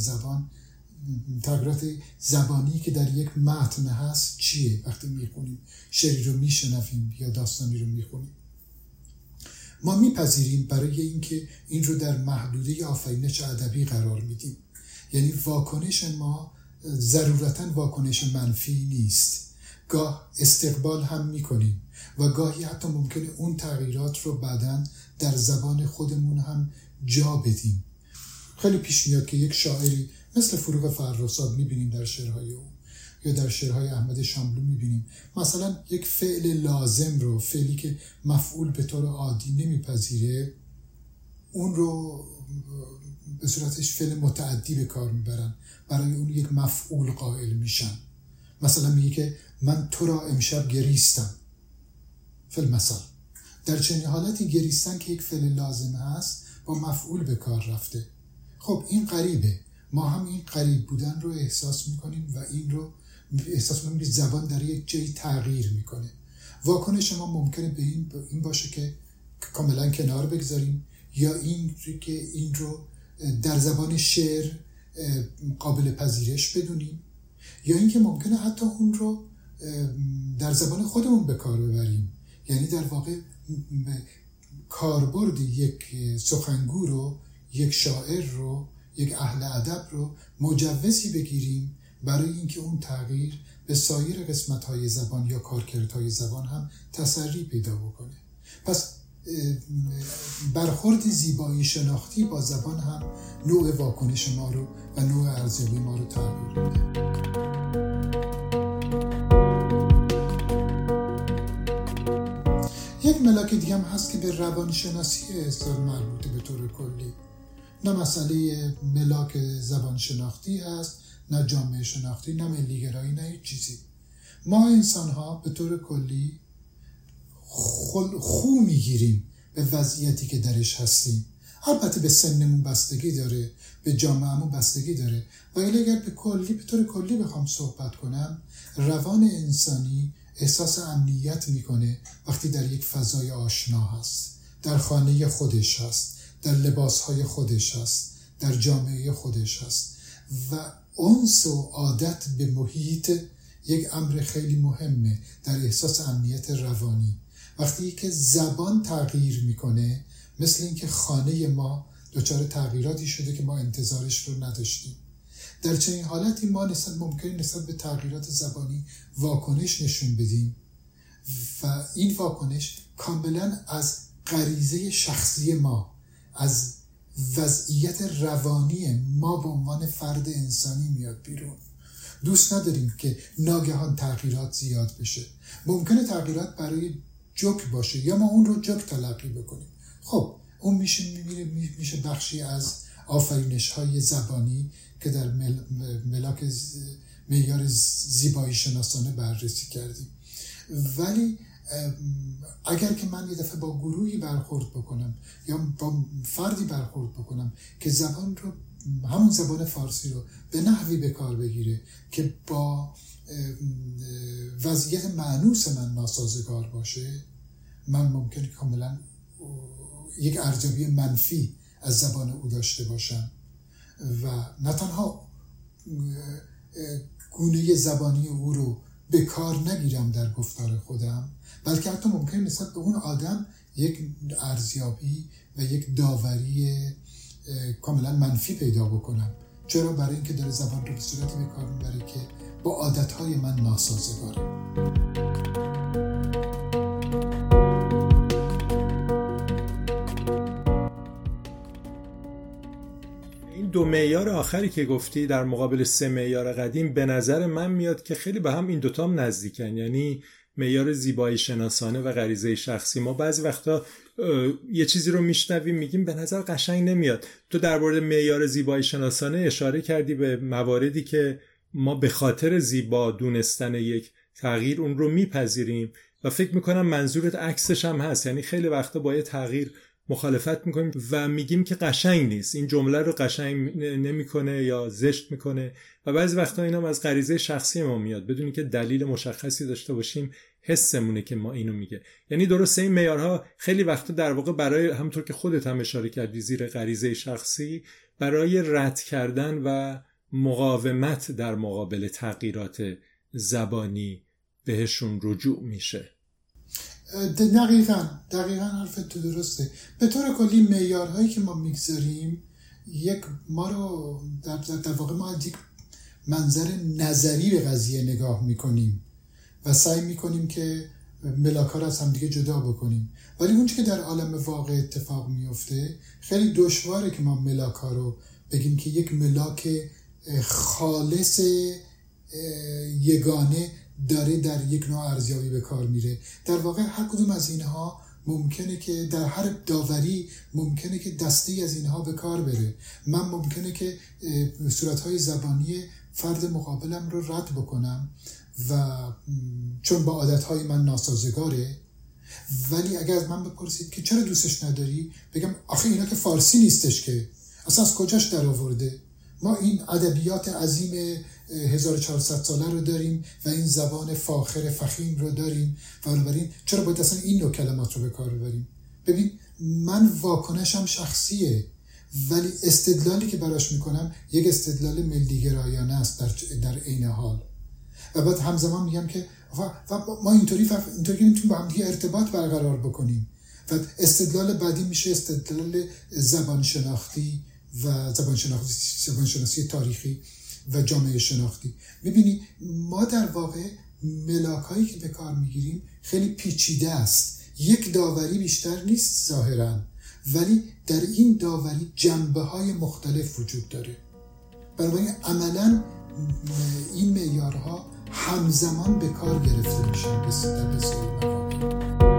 زبانی که در یک متن هست چیه؟ وقتی میخونیم شعری رو میشنویم یا داستانی رو میخونیم، ما میپذیریم برای اینکه این رو در محدوده آفرینش ادبی قرار میدیم. یعنی واکنش ما ضرورتاً واکنش منفی نیست، گاه استقبال هم میکنیم و گاهی حتی ممکنه اون تغییرات رو بعداً در زبان خودمون هم جا بدیم. خیلی پیش میاد که یک شاعری مثل فروغ فرخزاد میبینیم در شعرهای او یا در شعرهای احمد شاملو میبینیم مثلا یک فعل لازم رو، فعلی که مفعول به طور عادی نمیپذیره، اون رو به صورتش فعل متعدی به کار میبرن، برای اون یک مفعول قائل میشن. مثلا میگه که من تو را امشب گریستم، فعل مثال. در چنین حالتی گریستن که یک فعل لازم هست با مفعول به کار رفته. خب این غریبه، ما هم این غریب بودن رو احساس میکنیم و این رو احساس میکنیم که زبان در یک جایی تغییر میکنه. واکنش ما ممکنه به این باشه که کاملا کنار بگذاریم یا این رو در زبان شعر قابل پذیرش بدونیم یا اینکه ممکنه حتی اون رو در زبان خودمون به کار ببریم. یعنی در واقع کاربرد یک سخنگو رو، یک شاعر رو، یک اهل ادب رو مجوزی بگیریم برای اینکه اون تغییر به سایر قسمت‌های زبان یا کارکردهای زبان هم تسری پیدا بکنه. پس برخورد زیبایی شناختی با زبان هم نوع واکنش ما رو و نوع ارزیابی ما رو تغییر میده. یک ملاک دیگه هم هست که به روانشناسی اصطلاح مربوطه به طور کلی. نه مسئله ملاک زبان شناختی هست، نه جامعه شناختی، نه ملیگرایی، نه هیچ چیزی. ما انسان ها به طور کلی خو میگیریم به وضعیتی که درش هستیم. البته به سنمون بستگی داره، به جامعهمون بستگی داره، ولی اگر به طور کلی بخوام صحبت کنم، روان انسانی احساس امنیت میکنه وقتی در یک فضای آشنا هست، در خانه خودش هست، در لباسهای خودش هست، در جامعه خودش هست. و انس و عادت به محیط یک امر خیلی مهمه در احساس امنیت روانی. وقتی که زبان تغییر میکنه، مثل اینکه خانه ما دچار تغییراتی شده که ما انتظارش رو نداشتیم. در چنین حالتی ما ممکنه نسبت به تغییرات زبانی واکنش نشون بدیم و این واکنش کاملا از غریزه شخصی ما، از وضعیت روانی ما به عنوان فرد انسانی میاد بیرون. دوست نداریم که ناگهان تغییرات زیاد بشه. ممکنه تغییرات برای جوک باشه یا ما اون رو جوک تلقی بکنیم. خب اون میشه بخشی از آفرینش‌های زبانی که در ملاک معیار زیبایی شناسانه بررسی کردیم. ولی اگر که من یه دفعه با گروهی برخورد بکنم یا با فردی برخورد بکنم که زبان رو، همون زبان فارسی رو به نحوی به کار بگیره که با وضعیت مانوس من ناسازگار باشه، من ممکنه کاملا یک ارزیابی منفی از زبان او داشته باشم و نه تنها گونه زبانی او رو به کار نگیرم در گفتار خودم، بلکه حتی ممکنه نسبت به اون آدم یک ارزیابی و یک داوری کاملا منفی پیدا بکنم. چرا؟ برای اینکه داره زبان رو به صورتی به کار میبره که با عادتهای من ناسازگاره. این 2 معیار آخری که گفتی در مقابل 3 معیار قدیم به نظر من میاد که خیلی به هم این دوتا هم نزدیکن. یعنی معیار زیبایی شناسانه و غریزه شخصی. ما بعضی وقتا یه چیزی رو میشنویم میگیم به نظر قشنگ نمیاد. تو در مورد معیار زیبایی شناسانه اشاره کردی به مواردی که ما به خاطر زیبا دونستن یک تغییر اون رو میپذیریم و فکر میکنم منظورت عکسش هم هست. یعنی خیلی وقتا با یه تغییر مخالفت میکنیم و میگیم که قشنگ نیست، این جمله رو قشنگ نمیکنه یا زشت میکنه و بعضی وقتا اینا از غریزه شخصی ما میاد بدون که دلیل مشخصی داشته باشیم، حسمونه که ما اینو میگه. یعنی درسته این معیارها خیلی وقتا در واقع برای، همونطور که خودت هم اشاره کردی، زیر غریزه شخصی برای رد کردن و مقاومت در مقابل تغییرات زبانی بهشون رجوع میشه. دقیقاً حرفت تو درسته. به طور کلی معیارهایی که ما میگذاریم ما رو در واقع ما یک منظر نظری به قضیه نگاه میکنیم و سعی میکنیم که ملاک‌ها رو از هم دیگه جدا بکنیم، ولی اون چیزی که در عالم واقع اتفاق میفته خیلی دشواره که ما ملاک‌ها رو بگیم که یک ملاک خالص یگانه داره در یک نوع ارزیابی به کار میره. در واقع هر کدوم از اینها ممکنه که در هر داوری ممکنه که دستی از اینها به کار بره. من ممکنه که صورتهای زبانی فرد مقابلم رو رد بکنم و چون با عادتهای من ناسازگاره، ولی اگر از من بپرسید که چرا دوستش نداری، بگم آخه اینا که فارسی نیستش، که اصلا از کجاش در آورده؟ ما این ادبیات عظیم 1400 ساله رو داریم و این زبان فاخر فخیم رو داریم و بنابراین چرا باید اصلا این نوع کلمات رو به کار ببریم؟ ببین، من واکنشم شخصیه، ولی استدلالی که براش میکنم یک استدلال ملی‌گرایانه است در عین حال. و بعد همزمان میگم که ما اینطوری میتونیم با هم دیگه ارتباط برقرار بکنیم. و استدلال بعدی میشه استدلال زبان شناختی و زبان شناسی تاریخی و جامعه شناختی. میبینی ما در واقع ملاکایی که به کار میگیریم خیلی پیچیده است. یک داوری بیشتر نیست ظاهراً، ولی در این داوری جنبه‌های مختلف وجود داره. بنابراین عملاً این معیارها همزمان به کار گرفته میشن در بسیاری مواقع.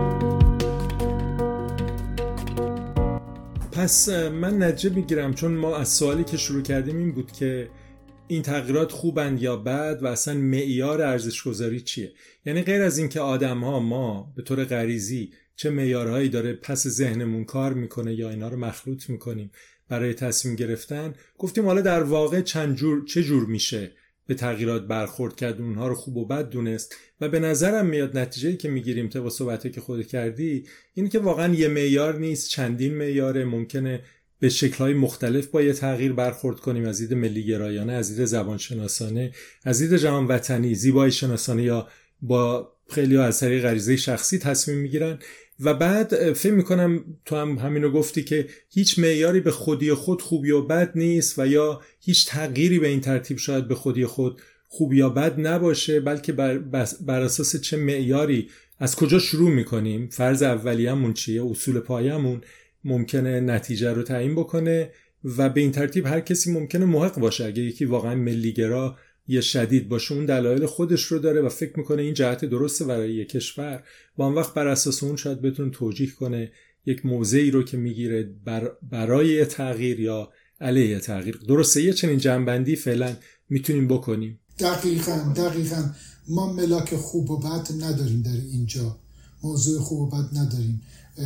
پس من نتیجه میگیرم، چون ما از سوالی که شروع کردیم این بود که این تغییرات خوبن یا بد و اصلا معیار ارزش‌گذاری چیه. یعنی غیر از این که آدم‌ها ما به طور غریزی چه معیارهایی داره پس ذهنمون کار میکنه یا اینا رو مخلوط میکنیم برای تصمیم گرفتن، گفتیم حالا در واقع چه جور میشه به تغییرات برخورد کرد، اونها رو خوب و بد دونست. و به نظرم میاد نتیجه‌ای که میگیریم طبق صحبتی که خودت کردی اینه که واقعا یه معیار نیست، چندین معیاره. ممکنه به شکل‌های مختلف با یه تغییر برخورد کنیم، از دید ملی‌گرایانه، از دید زبانشناسانه، از دید جهان وطنی، زیبایی شناسانه، یا با خیلی‌ها از طریق غریزه شخصی تصمیم میگیرن. و بعد فکر میکنم تو هم همینو گفتی که هیچ معیاری به خودی خود خوب یا بد نیست و یا هیچ تغییری به این ترتیب شاید به خودی خود خوب یا بد نباشه، بلکه بر اساس چه معیاری از کجا شروع میکنیم، فرض اولیه‌مون چیه، اصول پایه‌مون ممکنه نتیجه رو تعیین بکنه و به این ترتیب هر کسی ممکنه محق باشه. اگه یکی واقعا ملی‌گرا یه شدید باشه، اون دلایل خودش رو داره و فکر میکنه این جهت درسته برای یک کشور، و اون وقت بر اساس اون شاید بتونه توجیه کنه یک موضعی رو که میگیره برای تغییر یا علیه تغییر. درسته یه چنین جنبندی فعلا میتونیم بکنیم. دقیقاً ما ملاک خوب و بد نداریم در اینجا، موضوع خوب و بد نداریم،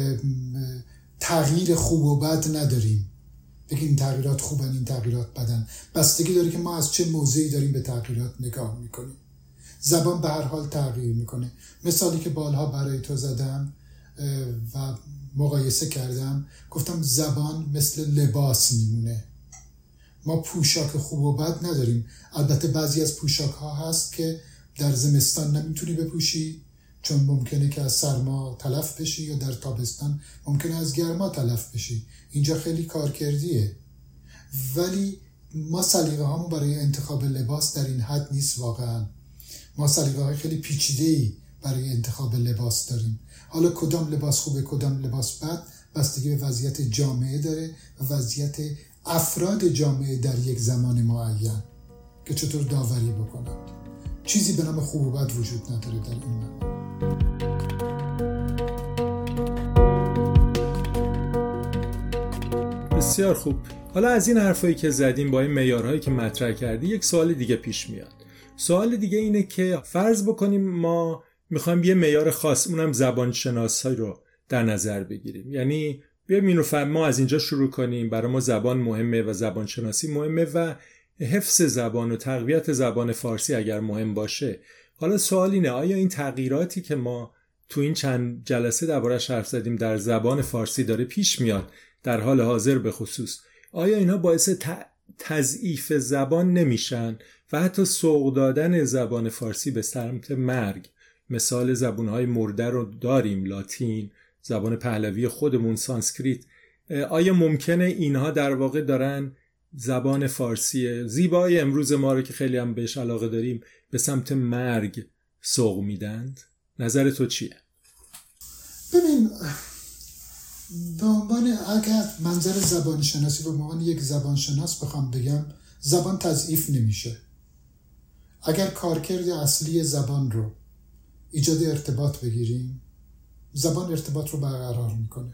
تغییر خوب و بد نداریم بگیم این تغییرات خوبن این تغییرات بدن. بستگی داره که ما از چه موضعی داریم به تغییرات نگاه میکنیم. زبان به هر حال تغییر میکنه. مثالی که بالها برای تو زدم و مقایسه کردم، گفتم زبان مثل لباس میمونه. ما پوشاک خوب و بد نداریم. البته بعضی از پوشاک ها هست که در زمستان نمیتونی بپوشی چون ممکنه که از سرما تلف بشی، یا در تابستان ممکنه از گرما تلف بشی. اینجا خیلی کارکردیه، ولی ما سلیقه هامون برای انتخاب لباس در این حد نیست. واقعا ما سلیقه های خیلی پیچیده‌ای برای انتخاب لباس داریم. حالا کدام لباس خوبه کدام لباس بد بستگی به وضعیت جامعه داره و وضعیت افراد جامعه در یک زمان معین که چطور داوری بکنند. چیزی به نام خوب و بد وجود نداره در این معنی. بسیار خوب. حالا از این حرفایی که زدیم با این معیارهایی که مطرح کردی یک سوال دیگه پیش میاد. سوال دیگه اینه که فرض بکنیم ما میخوایم یه معیار خاص، اونم زبان شناسایی رو در نظر بگیریم. یعنی بیایم این رو ما از اینجا شروع کنیم. برای ما زبان مهمه و زبان شناسی مهمه و حفظ زبان و تقویت زبان فارسی اگر مهم باشه. حالا سوال اینه آیا این تغییراتی که ما تو این چند جلسه درباره‌اش حرف زدیم در زبان فارسی داره پیش میاد در حال حاضر به خصوص، آیا اینها باعث تضعیف زبان نمیشن و حتی سوق دادن زبان فارسی به سمت مرگ؟ مثال زبانهای مرده رو داریم، لاتین، زبان پهلوی خودمون، سانسکریت. آیا ممکنه اینها در واقع دارن زبان فارسی زیبای امروز ما رو که خیلی هم بهش علاقه داریم به سمت مرگ سوق میدند؟ نظر تو چیه؟ ببین، به عنوان اگر منظر زبان شناسی به عنوان یک زبان شناس بخوام بگم، زبان تضعیف نمیشه. اگر کارکرد اصلی زبان رو ایجاد ارتباط بگیریم، زبان ارتباط رو برقرار میکنه.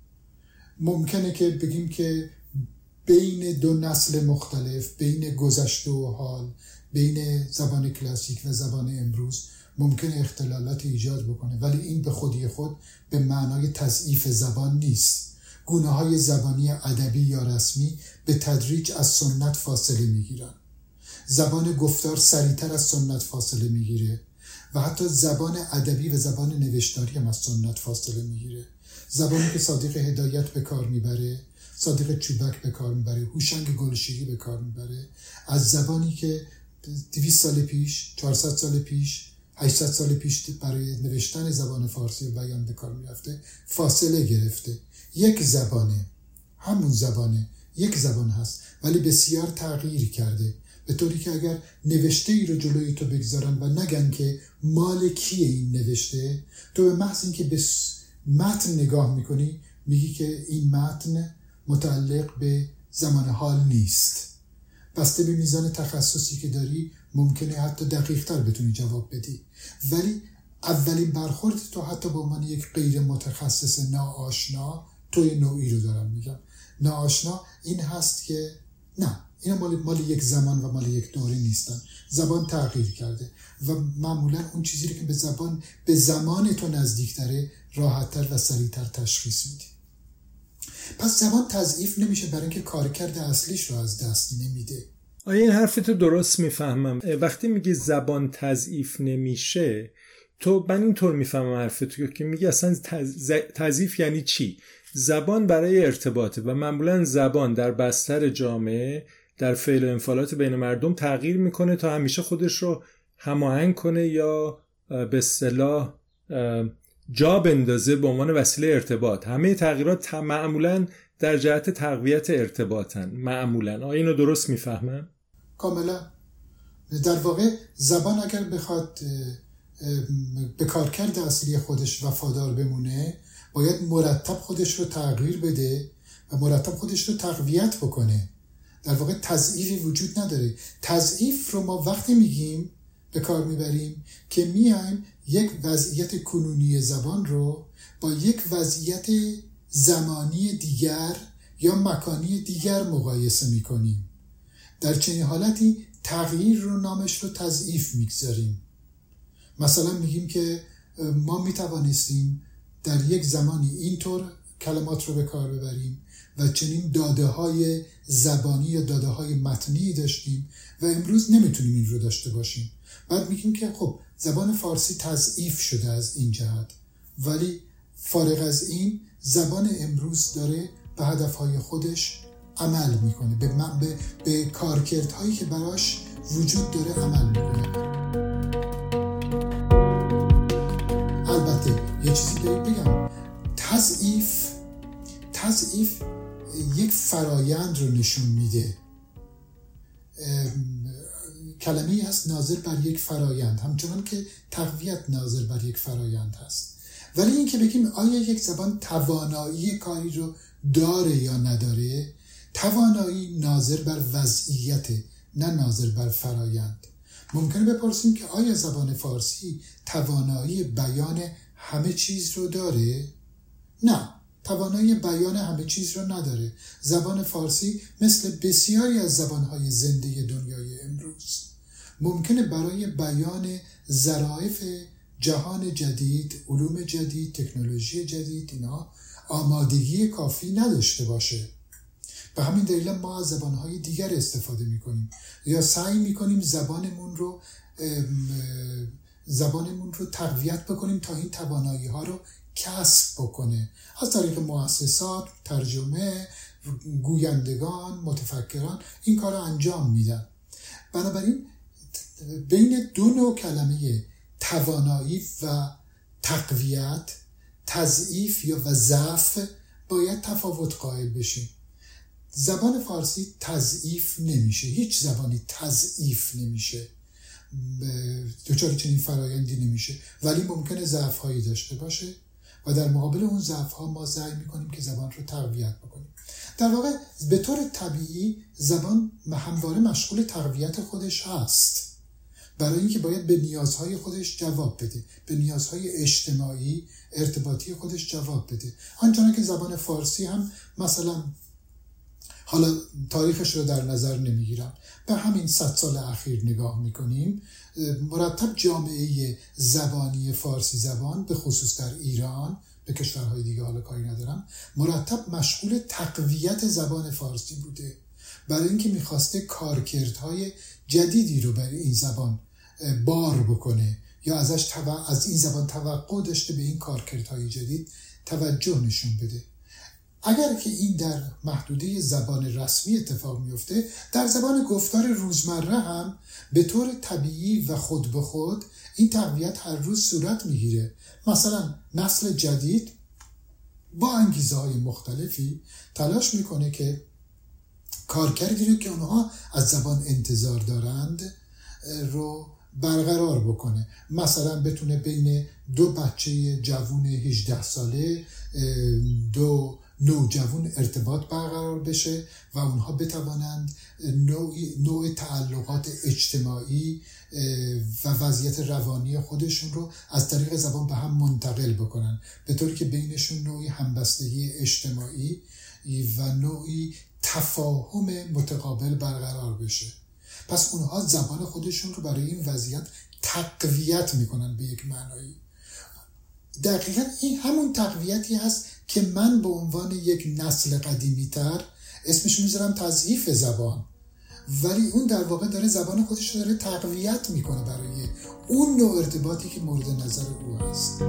ممکنه که بگیم که بین دو نسل مختلف، بین گذشته و حال، بین زبان کلاسیک و زبان امروز ممکنه اختلالات ایجاد بکنه، ولی این به خودی خود به معنای تضعیف زبان نیست. گونه‌های زبانی ادبی یا رسمی به تدریج از سنت فاصله میگیرن. زبان گفتار سریعتر از سنت فاصله میگیره و حتی زبان ادبی و زبان نوشتاری هم از سنت فاصله میگیره. زبانی که صادق هدایت به کار میبره، صادق چوبک به کار میبره، هوشنگ گلشیری به کار میبره، از زبانی که 200 سال پیش، 400 سال پیش، 800 سال پیش برای نوشتن زبان فارسی و بیان به کار میرفته فاصله گرفته. یک زبانه، همون زبانه، یک زبان هست ولی بسیار تغییر کرده، به طوری که اگر نوشته ای رو جلوی تو بگذارن و نگن که مال کیه این نوشته، تو به محض این که به متن نگاه میکنی میگی که این متن متعلق به زمان حال نیست. بسته به میزان تخصصی که داری ممکنه حتی دقیق تر بتونی جواب بدی، ولی اولین برخورد تو حتی به عنوان یک غیر متخصص ناآشنا، توی نوعی رو دارم میگم، ناآشنا این هست که نه، اینا مال یک زمان و مال یک دوره نیستن. زبان تغییر کرده و معمولا اون چیزی رو که به زمان تو نزدیکتره راحتتر و سریعتر تشخیص میدی. پس زبان تضعیف نمیشه برای اینکه کارکرد اصلیش رو از دست نمیده. آیا این حرفتو درست میفهمم؟ وقتی میگی زبان تضعیف نمیشه، من اینطور میفهمم حرفتو که میگی اصلا تضعیف یعنی چی؟ زبان برای ارتباطه و معمولا زبان در بستر جامعه در فعل و انفعالات بین مردم تغییر میکنه تا همیشه خودش رو هماهنگ کنه یا به اصطلاح جا بندازه به عنوان وسیله ارتباط. همه تغییرات معمولا در جهت تقویت ارتباطن معمولا. آیا اینو درست میفهمم؟ کاملا. در واقع زبان اگر بخواد به کارکرد اصلی خودش وفادار بمونه باید مرتب خودش رو تغییر بده و مرتب خودش رو تقویت بکنه. در واقع تضعیفی وجود نداره. تضعیف رو ما وقتی میگیم به کار میبریم که میایم یک وضعیت کنونی زبان رو با یک وضعیت زمانی دیگر یا مکانی دیگر مقایسه میکنیم. در چنین حالتی تغییر رو نامش رو تضعیف میگذاریم. مثلا میگیم که ما میتوانستیم در یک زمانی اینطور کلمات رو به کار ببریم و چنین داده های زبانی یا داده های متنی داشتیم و امروز نمیتونیم این رو داشته باشیم. بعد میگیم که خب زبان فارسی تضعیف شده از این جهت، ولی فارغ از این زبان امروز داره به هدفهای خودش عمل میکنه، به کارکردهایی که براش وجود داره عمل میکنه. البته یه چیزی بگم، تضعیف یک فرایند رو نشون میده. کلمه‌ای هست ناظر بر یک فرایند، همچنان که تقویت ناظر بر یک فرایند هست. ولی این که بگیم آیا یک زبان توانایی کاری رو داره یا نداره، توانایی ناظر بر وضعیت، نه ناظر بر فرایند. ممکنه بپرسیم که آیا زبان فارسی توانایی بیان همه چیز رو داره؟ نه، توانایی بیان همه چیز رو نداره. زبان فارسی مثل بسیاری از زبانهای زنده دنیای امروز ممکنه برای بیان ظرافت جهان جدید، علوم جدید، تکنولوژی جدید اینا آمادگی کافی نداشته باشه. به همین دلیل ما از زبانهای دیگر استفاده میکنیم یا سعی میکنیم زبانمون رو تقویت بکنیم تا این توانایی ها رو کسب بکنه از طریق مؤسسات، ترجمه، گویندگان، متفکران این کار رو انجام میدن. بنابراین بین دو نوع کلمه توانایی و تقویت، تضعیف یا و ضعف باید تفاوت قائل بشیم. زبان فارسی تضعیف نمیشه، هیچ زبانی تضعیف نمیشه، دچار چنین فرایندی نمیشه، ولی ممکنه ضعف‌هایی داشته باشه و در مقابل اون ضعف‌ها ما سعی می‌کنیم که زبان رو تقویت بکنیم. در واقع به طور طبیعی زبان همواره مشغول تقویت خودش هست، برای اینکه باید به نیازهای خودش جواب بده، به نیازهای اجتماعی ارتباطی خودش جواب بده. آنچنان که زبان فارسی هم مثلا، حالا تاریخش رو در نظر نمیگیرم، به همین 100 سال اخیر نگاه میکنیم، مرتب جامعه زبانی فارسی زبان به خصوص در ایران، به کشورهای دیگه حالا کاری ندارم، مرتب مشغول تقویت زبان فارسی بوده، برای اینکه میخواسته کارکردهای جدیدی رو برای این زبان بار بکنه یا از این زبان توقع داشته به این کارکردهای جدید توجه نشون بده. اگر که این در محدوده زبان رسمی اتفاق میفته، در زبان گفتار روزمره هم به طور طبیعی و خود به خود این تقویت هر روز صورت میگیره. مثلا نسل جدید با انگیزه‌های مختلفی تلاش میکنه که کارکردی رو که اونها از زبان انتظار دارند رو برقرار بکنه. مثلا بتونه بین دو بچه جوون 18 ساله، دو نوجوان ارتباط برقرار بشه و اونها بتوانند نوع تعلقات اجتماعی و وضعیت روانی خودشون رو از طریق زبان به هم منتقل بکنن، به طوری که بینشون نوعی همبستگی اجتماعی و نوعی تفاهم متقابل برقرار بشه. پس اونها زبان خودشون رو برای این وضعیت تقویت میکنن به یک معنایی. دقیقاً این همون تقویتی هست که من به عنوان یک نسل قدیمی‌تر اسمش میذارم تضعیف زبان، ولی اون در واقع داره زبان خودش رو داره تقویت میکنه برای اون نوع ارتباطی که مورد نظر او هست.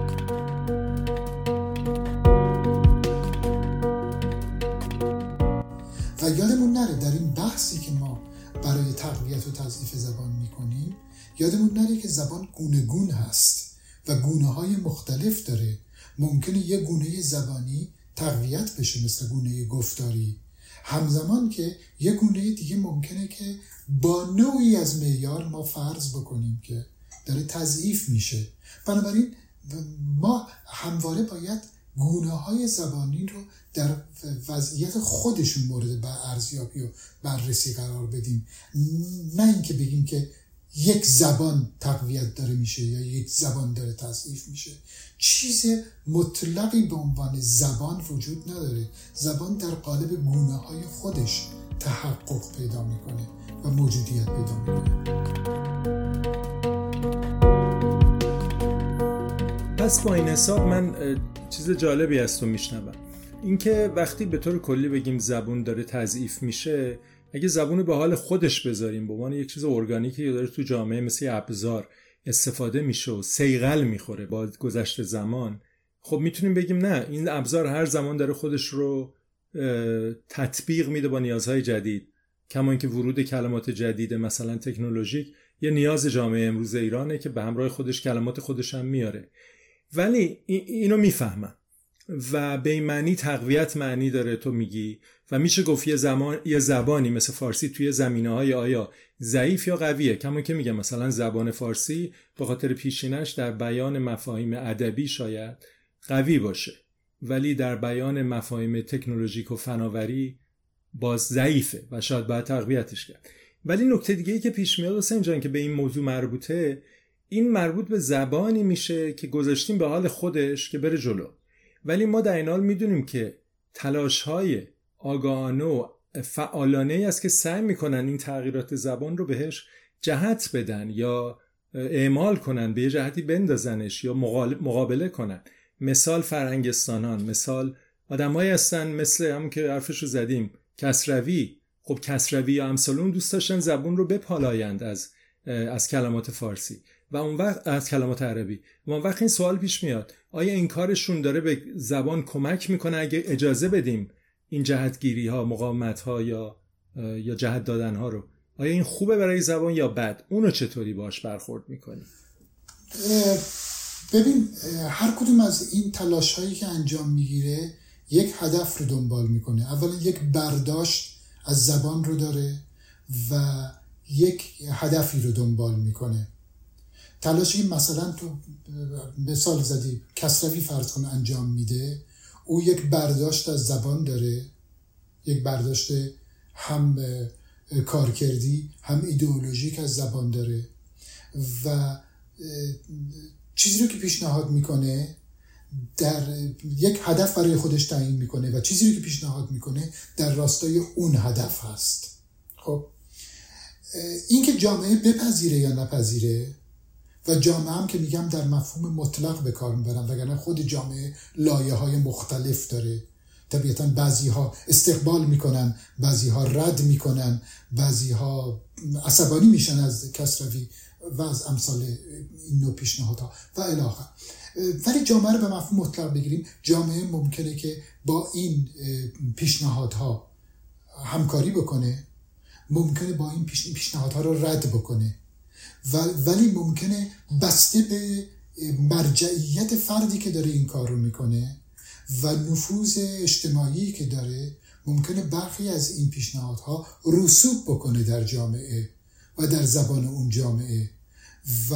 و یادمون نره در این بحثی که ما برای تقویت و تضعیف زبان میکنیم، یادمون نره که زبان گونه گون هست و گونه های مختلف داره. ممکنه یه گونه زبانی تقویت بشه مثل گونه گفتاری، همزمان که یه گونه دیگه ممکنه که با نوعی از معیار ما فرض بکنیم که داره تضعیف میشه. بنابراین ما همواره باید گونه های زبانی رو در وضعیت خودشون مورد ارزیابی و بررسی قرار بدیم، نه اینکه بگیم که یک زبان تقویت داره میشه یا یک زبان داره تضعیف میشه. چیز مطلقی به عنوان زبان وجود نداره. زبان در قالب گونه های خودش تحقق پیدا میکنه و موجودیت پیدا میکنه. پس با این حساب من چیز جالبی از تو میشنوم، اینکه وقتی به طور کلی بگیم زبان داره تضعیف میشه، اگه زبون رو به حال خودش بذاریم به عنوان یک چیز ارگانیکی که داره تو جامعه مثل ابزار استفاده میشه و صیقل میخوره با گذشت زمان، خب میتونیم بگیم نه، این ابزار هر زمان داره خودش رو تطبیق میده با نیازهای جدید، کما اینکه ورود کلمات جدید مثلا تکنولوژیک یه نیاز جامعه امروز ایرانه که به همراه خودش کلمات خودش هم میاره. ولی اینو میفهمم و به این معنی تقویت معنی داره تو میگی و میشه گفت یه زبانی مثل فارسی توی زمینه‌های آیا ضعیف یا قویه. کما که میگم مثلا زبان فارسی به خاطر پیشینش در بیان مفاهیم ادبی شاید قوی باشه، ولی در بیان مفاهیم تکنولوژیک و فناوری باز ضعیفه و شاید باید تقویتش کرد. ولی نکته دیگه‌ای که پیش میاد حسین جان که به این موضوع مربوطه، این مربوط به زبانی میشه که گذاشتیم به حال خودش که بره جلو، ولی ما در این حال میدونیم که تلاش‌های آگاهانه و فعالانه‌ای است که سعی میکنن این تغییرات زبان رو بهش جهت بدن یا اعمال کنن، به یه جهتی بندازنش یا مقابله کنن. مثال فرهنگستانان، مثال آدمایی هستن مثل همون که حرفش رو زدیم کسروی. خب کسروی یا امثالون دوست داشتن زبان رو بپالایند از کلمات فارسی و اون وقت از کلمات عربی. و اون وقت این سوال پیش میاد آیا این کارشون داره به زبان کمک میکنه اگه اجازه بدیم این جهتگیری ها، مقاومت ها یا جهت دادن ها رو؟ آیا این خوبه برای زبان یا بد؟ اونو چطوری باش برخورد میکنی؟ ببین، هر کدوم از این تلاش هایی که انجام میگیره یک هدف رو دنبال میکنه. اولا یک برداشت از زبان رو داره و یک هدفی رو دنبال میکنه. تلاشی مثلا تو مثال زدی کسروی فرض کن انجام میده، او یک برداشت از زبان داره، یک برداشت هم کارکردی هم ایدئولوژیک از زبان داره و چیزی رو که پیشنهاد میکنه در یک هدف برای خودش تعیین میکنه و چیزی رو که پیشنهاد میکنه در راستای اون هدف هست. خب این که جامعه بپذیره یا نپذیره، و جامعه هم که میگم در مفهوم مطلق به کار میبرم، وگرنه خود جامعه لایه‌های مختلف داره. طبیعتاً بعضی‌ها استقبال میکنن، بعضی‌ها رد میکنن، بعضی‌ها عصبانی میشن از کسروی و از امثال این نوع پیشنهادها و الی آخر. ولی جامعه رو به مفهوم مطلق بگیریم، جامعه ممکنه که با این پیشنهادها همکاری بکنه، ممکنه با این پیشنهادها رو رد بکنه، ولی ممکنه بسته به مرجعیت فردی که داره این کار رو میکنه و نفوذ اجتماعی که داره، ممکنه برخی از این پیشنهادها رسوب بکنه در جامعه و در زبان اون جامعه و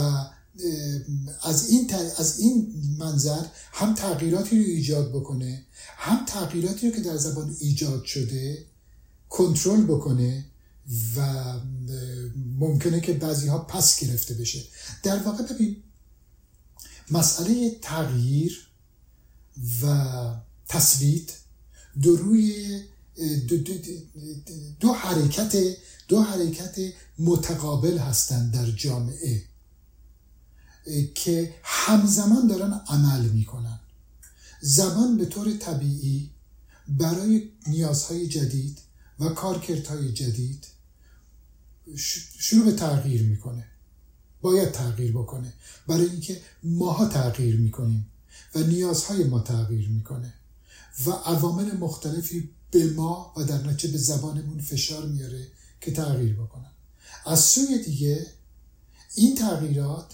از این منظر هم تغییراتی رو ایجاد بکنه، هم تغییراتی رو که در زبان ایجاد شده کنترل بکنه و ممکنه که بعضی ها پس گرفته بشه. در واقع ببین، مسئله تغییر و تثبیت دو حرکت متقابل هستند در جامعه که همزمان دارن عمل میکنن. زبان به طور طبیعی برای نیازهای جدید و کارکردهای جدید شروع به تغییر میکنه، باید تغییر بکنه، برای اینکه ماها تغییر میکنیم و نیازهای ما تغییر میکنه و عوامل مختلفی به ما و در نتیجه به زبانمون فشار میاره که تغییر بکنن. از سوی دیگه این تغییرات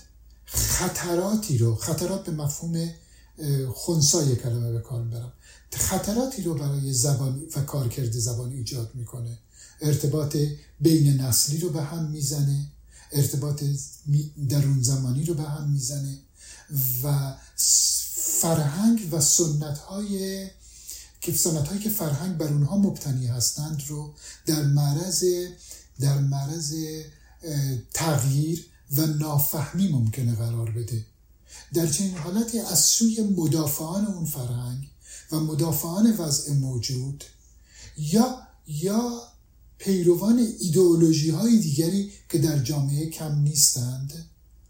خطرات به مفهوم خنثی کلمه به کار میبرم، خطراتی رو برای زبان و کارکرد زبان ایجاد میکنه. ارتباط بین نسلی رو به هم میزنه، ارتباط درون زمانی رو به هم میزنه و فرهنگ و سنت‌هایی که فرهنگ بر اونها مبتنی هستند رو در معرض تغییر و نافهمی ممکنه قرار بده. در چنین حالتی از سوی مدافعان اون فرهنگ و مدافعان وضع موجود یا پیروان ایدئولوژی های دیگری که در جامعه کم نیستند،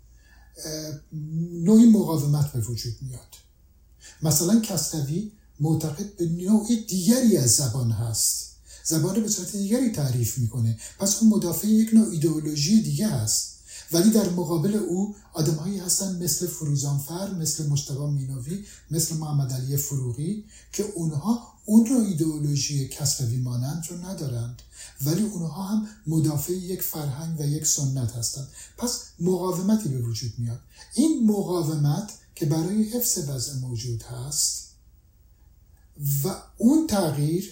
نوعی مقاومت به وجود میاد. مثلا کسروی معتقد به نوع دیگری از زبان هست، زبان رو به صورت دیگری تعریف میکنه، پس اون مدافع یک نوع ایدئولوژی دیگه هست. ولی در مقابل او آدم‌هایی هستن مثل فروزانفر، مثل مجتبی مینوی، مثل محمد علی فروغی که اونها اون نوع ایدئولوژی کسروی مانند رو ندارند، ولی اونها هم مدافع یک فرهنگ و یک سنت هستند. پس مقاومتی به وجود میاد. این مقاومت که برای حفظ وضع موجود هست و اون تغییر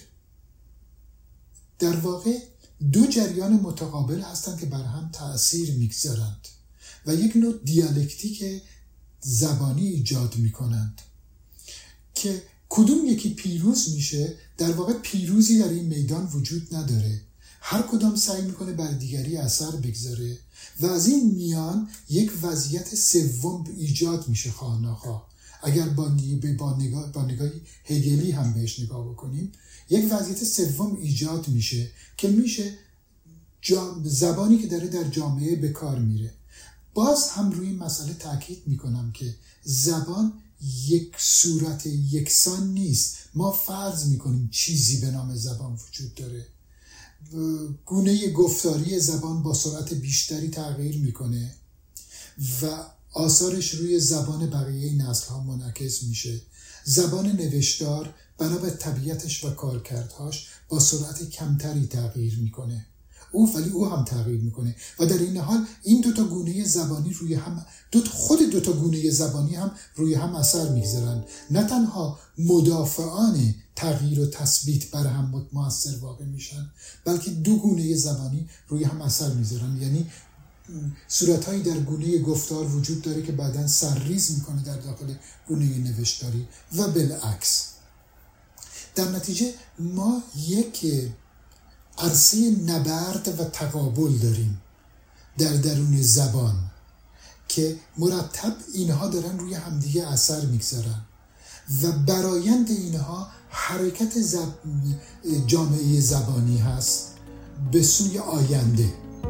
در واقع دو جریان متقابل هستند که بر هم تأثیر میگذارند و یک نوع دیالکتیک زبانی ایجاد میکنند که کدوم یکی پیروز میشه، در واقع پیروزی در این میدان وجود نداره. هر کدام سعی میکنه بر دیگری اثر بگذاره و از این میان یک وضعیت سوم ایجاد میشه خواه ناخواه. اگر با نگاهی هگلی هم بهش نگاه بکنیم، یک وضعیت سوم ایجاد میشه که میشه زبانی که داره در جامعه به کار میره. باز هم روی این مسئله تاکید میکنم که زبان یک صورت یکسان نیست. ما فرض میکنیم چیزی به نام زبان وجود داره. گونه گفتاری زبان با سرعت بیشتری تغییر میکنه و آثارش روی زبان بقیه نسل‌ها منعکس میشه. زبان نوشتار بنا به طبیعتش و کارکردهاش با سرعت کمتری تغییر میکنه. او هم تغییر میکنه و در این حال این دوتا گونه زبانی روی هم خود دوتا گونه زبانی هم روی هم اثر میگذارن. نه تنها مدافعان تغییر و تثبیت بر هم مؤثر واقع میشن، بلکه دو گونه زبانی روی هم اثر میذارن. یعنی صورتهایی در گونه گفتار وجود داره که بعداً سرریز میکنه در داخل گونه نوشتاری و بالعکس. در نتیجه ما یک عرصه نبرد و تقابل داریم در درون زبان که مرتب اینها دارن روی همدیگه اثر میگذارن و برآیند اینها حرکت جامعه زبانی هست به سوی آینده.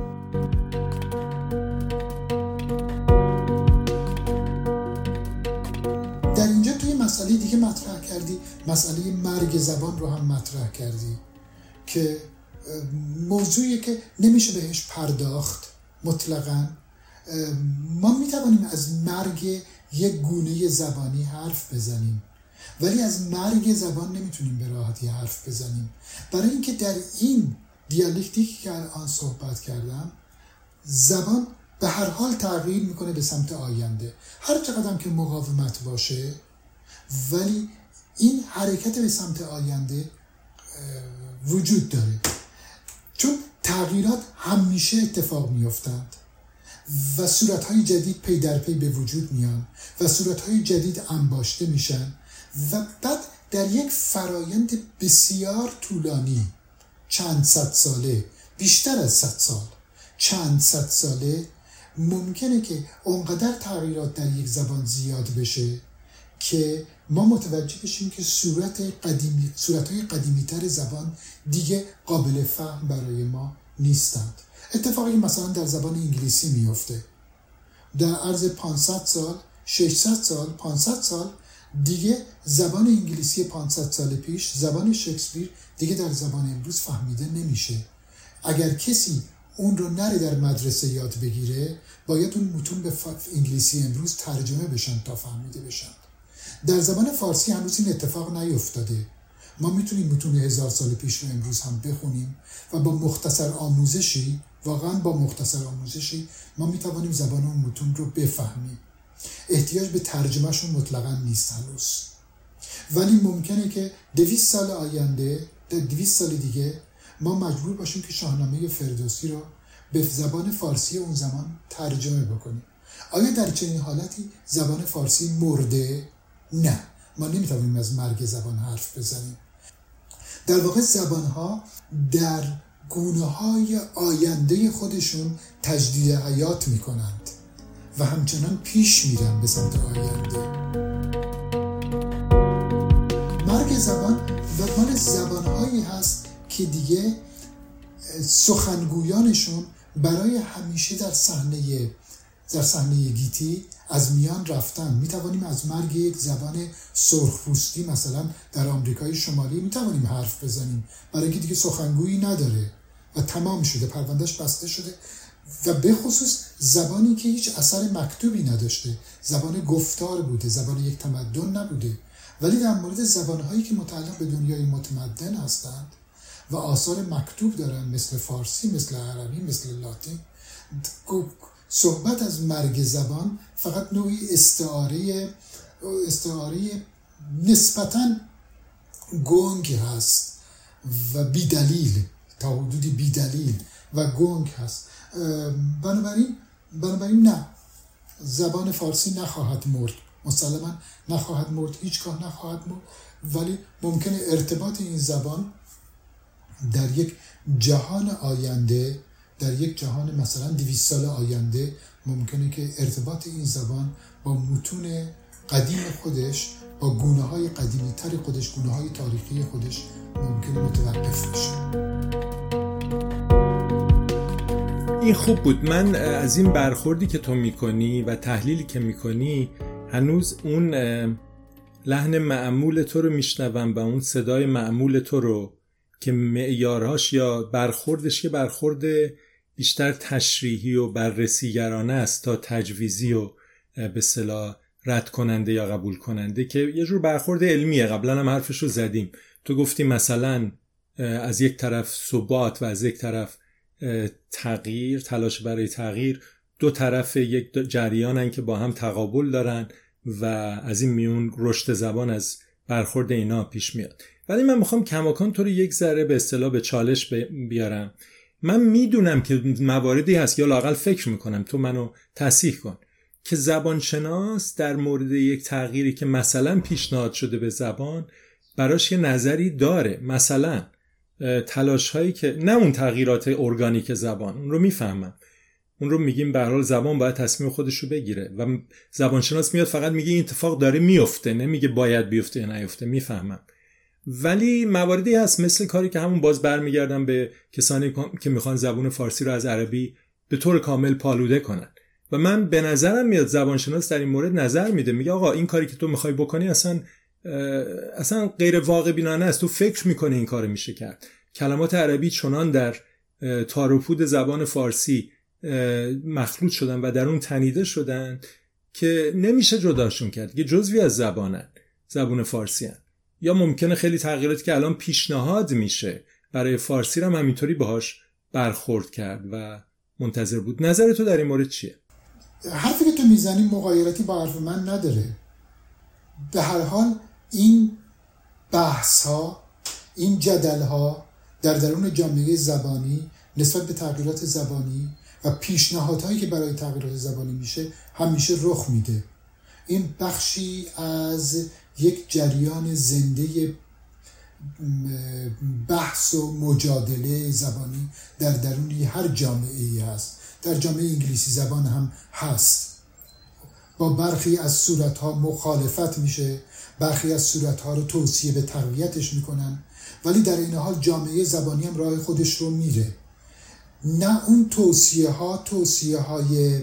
در اینجا توی مسئله دیگه مطرح کردی، مسئله مرگ زبان رو هم مطرح کردی که موضوعی که نمیشه بهش پرداخت مطلقاً. ما میتوانیم از مرگ یک گونه زبانی حرف بزنیم، ولی از مرگ زبان نمیتونیم به راحتی حرف بزنیم، برای اینکه در این دیالکتیکی که الان صحبت کردم زبان به هر حال تغییر میکنه به سمت آینده. هر چقدر که مقاومت باشه، ولی این حرکت به سمت آینده وجود داره، چون تغییرات همیشه اتفاق میافتند و صورتهای جدید پی در پی به وجود میان و صورتهای جدید انباشته میشن و بعد در یک فرایند بسیار طولانی، چند صد ساله، بیشتر از 100 سال، چند صد ساله، ممکنه که اونقدر تغییرات در یک زبان زیاد بشه که ما متوجه بشیم که صورتهای قدیمی‌تر زبان دیگه قابل فهم برای ما نیستند. اتفاقی که مثلا در زبان انگلیسی میفته، در عرض 500 سال، 600 سال، 500 سال دیگه زبان انگلیسی 500 سال پیش، زبان شکسپیر دیگه در زبان امروز فهمیده نمیشه. اگر کسی اون رو نره در مدرسه یاد بگیره، باید اون متون به انگلیسی امروز ترجمه بشن تا فهمیده بشن. در زبان فارسی هنوز این اتفاق نیفتاده. ما میتونیم متون 1000 سال پیش رو امروز هم بخونیم و با مختصر آموزشی، واقعا با مختصر آموزشی ما میتوانیم زبان اون متون رو بفهمیم. احتیاج به ترجمهشون مطلقا نیست هنوز، ولی ممکنه که 200 سال آینده، در 200 سال دیگه ما مجبور باشیم که شاهنامه فردوسی رو به زبان فارسی اون زمان ترجمه بکنیم. آیا در چنین حالتی زبان فارسی مرده؟ نه، ما نمیتونیم از مرگ زبان حرف بزنیم. در واقع زبانها در گونه‌های آینده خودشون تجدید حیات میکنند و همچنان پیش میرن به سمت آینده. مرگ زبان و مال زبانهایی هست که دیگه سخنگویانشون برای همیشه در صحنه گیتی از میان رفتن. میتوانیم از مرگ یک زبان سرخپوستی مثلا در آمریکای شمالی میتوانیم حرف بزنیم، برای اینکه دیگه سخنگویی نداره و تمام شده، پروندهش بسته شده، و به خصوص زبانی که هیچ اثر مکتوبی نداشته، زبان گفتار بوده، زبان یک تمدن نبوده. ولی در مورد زبانهایی که متعلق به دنیای متمدن هستند و آثار مکتوب دارن، مثل فارسی، مثل عربی، مثل لاتین، صحبت از مرگ زبان فقط نوعی استعاره نسبتاً گنگ هست و بیدلیل، تا حدودی بیدلیل و گنگ هست. بنابراین نه، زبان فارسی نخواهد مرد، مسلما نخواهد مرد، هیچگاه نخواهد مرد، ولی ممکنه ارتباط این زبان در یک جهان آینده، در یک جهان مثلا 200 سال آینده، ممکنه که ارتباط این زبان با متون قدیم خودش، با گونه‌های قدیمی تر خودش، گونه‌های تاریخی خودش ممکنه متوقف بشه. این خوب بود. من از این برخوردی که تو میکنی و تحلیلی که میکنی هنوز اون لحن معمول تو رو میشنوم و اون صدای معمول تو رو که معیارهاش یا برخوردش که برخورد بیشتر تشریحی و بررسیگرانه است تا تجویزی و به اصطلاح رد کننده یا قبول کننده، که یه جور برخورد علمیه. قبلا هم حرفش رو زدیم. تو گفتی مثلا از یک طرف ثبات و از یک طرف تغییر، تلاش برای تغییر، دو طرف یک جریانن که با هم تقابل دارن و از این میون رشد زبان از برخورد اینا پیش میاد. ولی من میخوام کماکان تو رو یک ذره به اصطلاح به چالش بیارم. من میدونم که مواردی هست، یا لااقل فکر میکنم، تو منو تصحیح کن، که زبانشناس در مورد یک تغییری که مثلا پیشنهاد شده به زبان براش یه نظری داره. مثلا تلاش هایی که نه اون تغییرات ارگانیک زبان، اون رو میفهمم، اون رو میگیم به هر حال زبان باید تصمیم خودش رو بگیره و زبانشناس میاد فقط میگه این اتفاق داره میفته، نمیگه باید بیفته یا نیفته. میفهمم. ولی مواردی هست مثل کاری که همون باز برمیگردم به کسانی که میخوان زبان فارسی رو از عربی به طور کامل پالوده کنن و من به نظرم میاد زبانشناس در این مورد نظر میده، میگه آقا این کاری که تو میخوای بکنی اصلا غیر واقع بینانه است. تو فکر میکنی این کار میشه کرد. کلمات عربی چنان در تار و پود زبان فارسی مخلوط شدن و در اون تنیده شدن که نمیشه جداشون کرد، یه جزوی از زبان فارسی هن. یا ممکنه خیلی تغییراتی که الان پیشنهاد میشه برای فارسی هم همینطوری باهاش برخورد کرد و منتظر بود. نظر تو در این مورد چیه؟ حرفی که تو میزنی مغایرتی با حرف من نداره. به هر حال این بحث ها، این جدل ها در درون جامعه زبانی نسبت به تغییرات زبانی و پیشنهادهایی که برای تغییرات زبانی میشه همیشه رخ میده. این بخشی از یک جریان زنده بحث و مجادله زبانی در درون هر جامعه‌ای هست. در جامعه انگلیسی زبان هم هست. با برخی از صورتها مخالفت میشه، برخی از صورتها رو توصیه به تقویتش میکنن، ولی در این حال جامعه زبانی هم راه خودش رو میره. نه اون توصیه های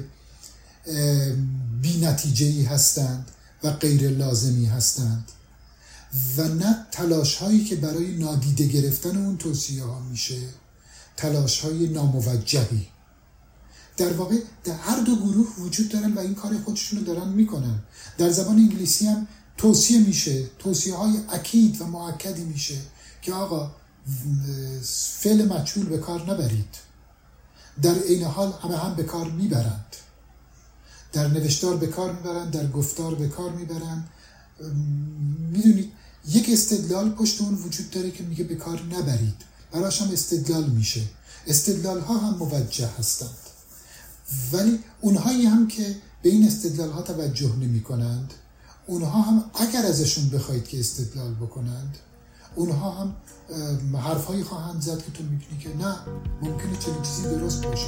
بی نتیجه‌ای هستند و غیر لازمی هستند و نه تلاش هایی که برای نادیده گرفتن اون توصیه ها میشه تلاش های ناموجهی. در واقع در هر دو گروه وجود دارن و این کار خودشون رو دارن میکنن. در زبان انگلیسی هم توصیه میشه، توصیه های اکید و مؤکدی میشه که آقا فعل مجهول به کار نبرید. در این حال هم به کار میبرند، در نوشتار به کار میبرند، در گفتار به کار میبرند. میدونید یک استدلال پشت اون وجود داره که میگه به کار نبرید، براش هم استدلال میشه. استدلال ها هم موجه هستند، ولی اونهایی هم که به این استدلال ها توجه نمی کنند، اونها هم اگر ازشون بخواید که استدلال بکنند، اونها هم حرفهایی خواهند زد که تو میبینی که نه، ممکنه چنین چیزی درست باشه.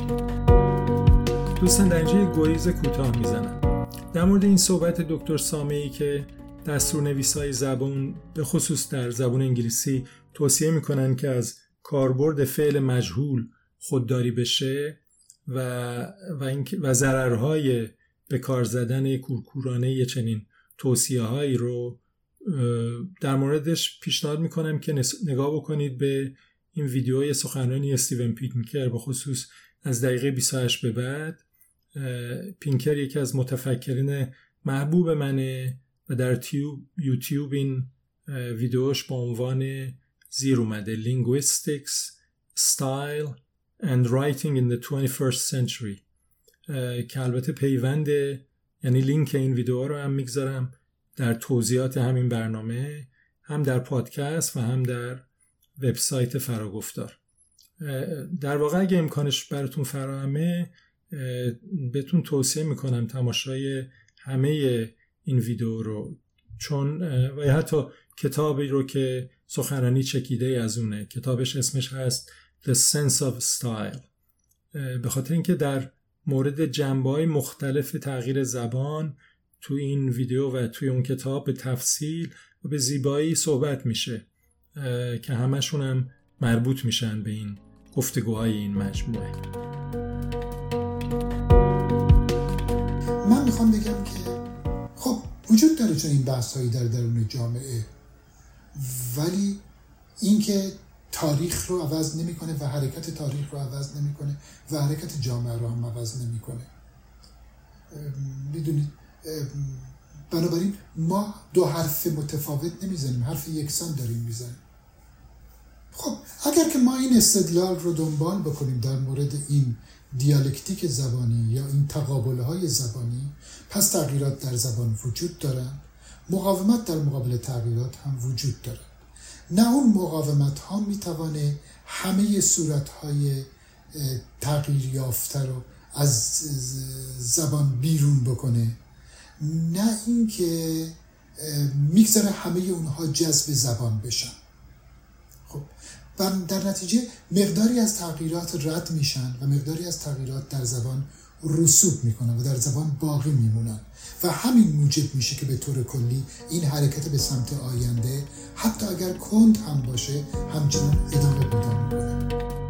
دوستان در اینجا یک گریز کوتاه میزنم در مورد این صحبت دکتر سامعی که دستورنویسای زبان به خصوص در زبان انگلیسی توصیه میکنن که از کاربرد فعل مجهول خودداری بشه و ضررهای به کار زدن کورکورانه چنین توصیه‌هایی رو در موردش پیشنهاد میکنم که نگاه بکنید به این ویدیوی سخنرانی استیون پینکر به خصوص از دقیقه 28 به بعد. پینکر یکی از متفکرین محبوب منه و در یوتیوب این ویدیوش با عنوان زیر اومده Linguistics, Style and Writing in the 21st Century که البته پیونده، یعنی لینک این ویدیو رو هم میگذارم در توضیحات همین برنامه، هم در پادکست و هم در وبسایت فراگفتار. در واقع اگه امکانش براتون فراهمه بهتون توصیه میکنم تماشای همه این ویدیو رو، چون و یا حتی کتابی رو که سخنرانی چکیده از اونه، کتابش اسمش هست The Sense of Style، به خاطر اینکه در مورد جنبه‌های مختلف تغییر زبان تو این ویدیو و توی اون کتاب به تفصیل و به زیبایی صحبت میشه که همشون هم مربوط میشن به این گفتگوهای این مجموعه. من میخوام بگم که خب وجود داره چون این بحث‌هایی در درون جامعه، ولی اینکه تاریخ رو عوض نمی‌کنه و حرکت تاریخ رو عوض نمی‌کنه و حرکت جامعه رو هم عوض نمی‌کنه. میدونید بنابراین ما دو حرف متفاوت نمیزنیم، حرف یکسان داریم میزنیم. خب اگر که ما این استدلال رو دنبال بکنیم در مورد این دیالکتیک زبانی یا این تقابل‌های زبانی، پس تغییرات در زبان وجود دارن، مقاومت در مقابل تغییرات هم وجود داره. نه اون مقاومت ها میتوانه همه صورت‌های تغییر یافته رو از زبان بیرون بکنه، نه اینکه میگذاره همه اونها جذب زبان بشن. خب در نتیجه مقداری از تغییرات رد میشن و مقداری از تغییرات در زبان رسوب میکنن و در زبان باقی میمونن و همین موجب میشه که به طور کلی این حرکت به سمت آینده حتی اگر کند هم باشه همچنان ادامه پیدا میکنه.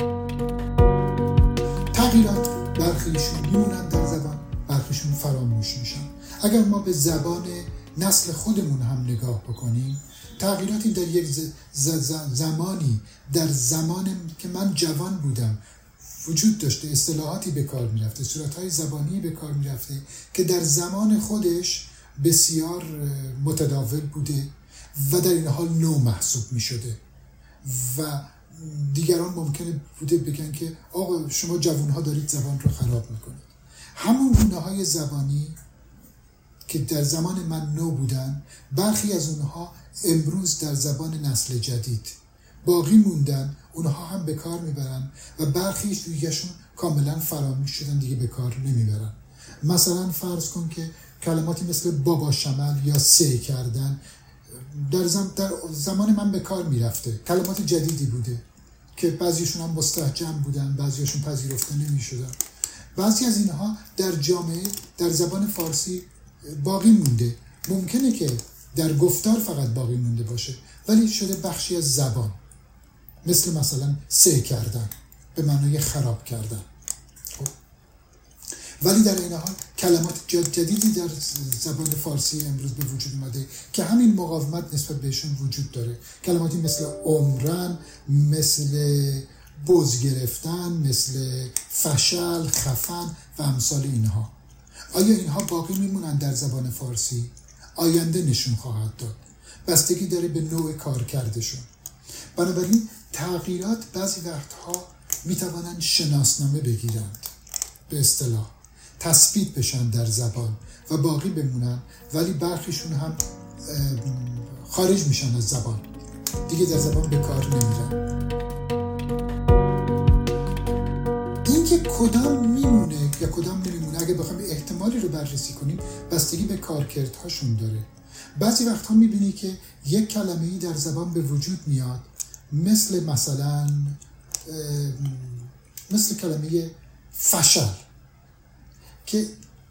تغییرات برخیشون میمونن در زبان، برخیشون فراموش میشن. اگر ما به زبان نسل خودمون هم نگاه بکنیم، تغییراتی در یک زمانی، در زمان که من جوان بودم وجود داشته، اصطلاحاتی به کار میرفته، صورتهای زبانی به کار میرفته که در زمان خودش بسیار متداول بوده و در این حال نو محسوب میشده و دیگران ممکنه بوده بگن که آقا شما جوانها دارید زبان رو خراب میکنید. همون گونه‌های زبانی که در زمان من نو بودن، برخی از اونها امروز در زبان نسل جدید باقی موندن، اونها هم به کار میبرن و برخیش دیگه‌شون کاملا فراموش شدن، دیگه به کار نمیبرن. مثلا فرض کن که کلماتی مثل بابا شمل یا سه کردن در زمان من به کار میرفته، کلمات جدیدی بوده که بعضیشون هم مستهجن بودن، بعضیشون پذیرفته نمیشدن. بعضی از اینها در جامعه در زبان فارسی باقی مونده، ممکنه که در گفتار فقط باقی مونده باشه ولی شده بخشی از زبان، مثلا سه کردن به معنای خراب کردن. خب ولی در این حال کلمات جدیدی در زبان فارسی امروز به وجود اومده که همین مقاومت نسبت بهشون وجود داره. کلماتی مثل عمرن، مثل بز گرفتن، مثل فشل، خفن و امثال اینها. آیا اینها باقی میمونن در زبان فارسی؟ آینده نشون خواهد داد. بستگی داره به نوع کار کردشون. بنابراین تغییرات بعضی وقتها میتوانند شناسنامه بگیرند، به اصطلاح تثبیت بشن در زبان و باقی بمونن، ولی برخیشون هم خارج میشن از زبان، دیگه در زبان به کار نمیرن. اینکه کدام میمونه یا کدام نمیمونه، اگه بخوایم احتمالی رو بررسی کنیم، بستگی به کارکردهاشون داره. بعضی وقتها میبینی که یک کلمه‌ای در زبان به وجود میاد، مثل کلمه فشل که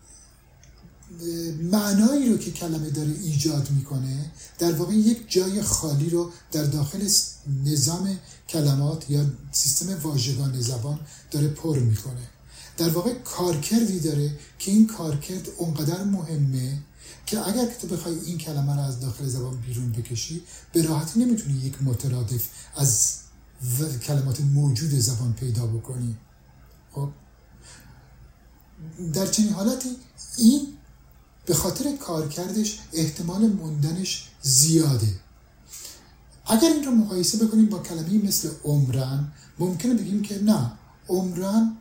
معنایی رو که کلمه داره ایجاد میکنه در واقع یک جای خالی رو در داخل نظام کلمات یا سیستم واژگان زبان داره پر میکنه. در واقع کارکردی داره که این کارکرد اونقدر مهمه که اگر که تو بخوای این کلمه رو از داخل زبان بیرون بکشی، به راحتی نمیتونی یک مترادف از کلمات موجود زبان پیدا بکنی. خب در چنین حالتی این به خاطر کارکردش احتمال موندنش زیاده. اگر این رو مقایسه بکنیم با کلمه‌ای مثل عمرن، ممکنه بگیم که نه، عمرن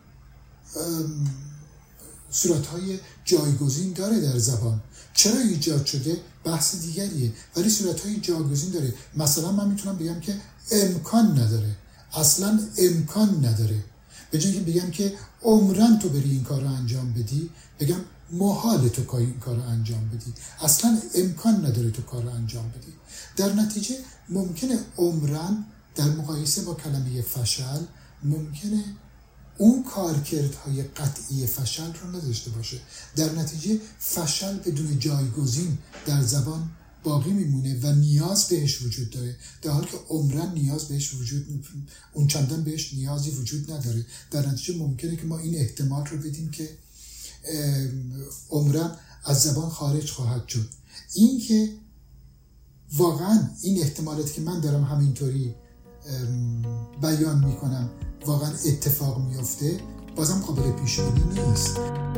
صورت‌های جایگزین داره در زبان. چرا ایجاد شده بحث دیگریه، ولی صورت‌های جایگزین داره. مثلا من میتونم بگم که امکان نداره، اصلا امکان نداره. به جای اینکه بگم که عمرن تو بری این کار رو انجام بدی، بگم محال تو این کار رو انجام بدی، اصلا امکان نداره تو کار رو انجام بدی. در نتیجه ممکنه عمرن در مقایسه با کلمه فشل ممکنه اون کارکردهای قطعی فشل رو نداشته باشه. در نتیجه فشل بدون جایگزین در زبان باقی میمونه و نیاز بهش وجود داره، در حالی که عمرن نیاز بهش اون چندان بهش نیازی وجود نداره. در نتیجه ممکنه که ما این احتمال رو بدیم که عمرن از زبان خارج خواهد شد. این که واقعا این احتمالاتی که من دارم همینطوری بیان میکنم واقعا اتفاق میفته، بازم قابل پیش بینی نیست.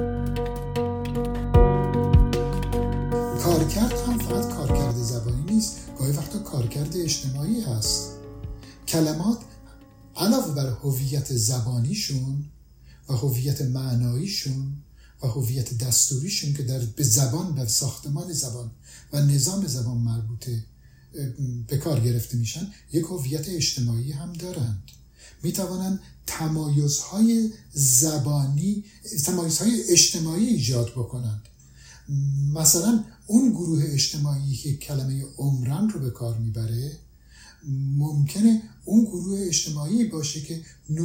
کارکرد هم فقط کارکرد زبانی نیست، گاهی وقتا کارکرد اجتماعی هست. کلمات علاوه بر هویت زبانیشون و هویت معناییشون و هویت دستوریشون که به زبان، به ساختمان زبان و نظام زبان مربوطه به کار گرفته میشن، یک هویت اجتماعی هم دارند. میتوانند تمایزهای زبانی، تمایزهای اجتماعی ایجاد بکنند. مثلا اون گروه اجتماعی که کلمه عمرن رو به کار ممکنه اون گروه اجتماعی باشه که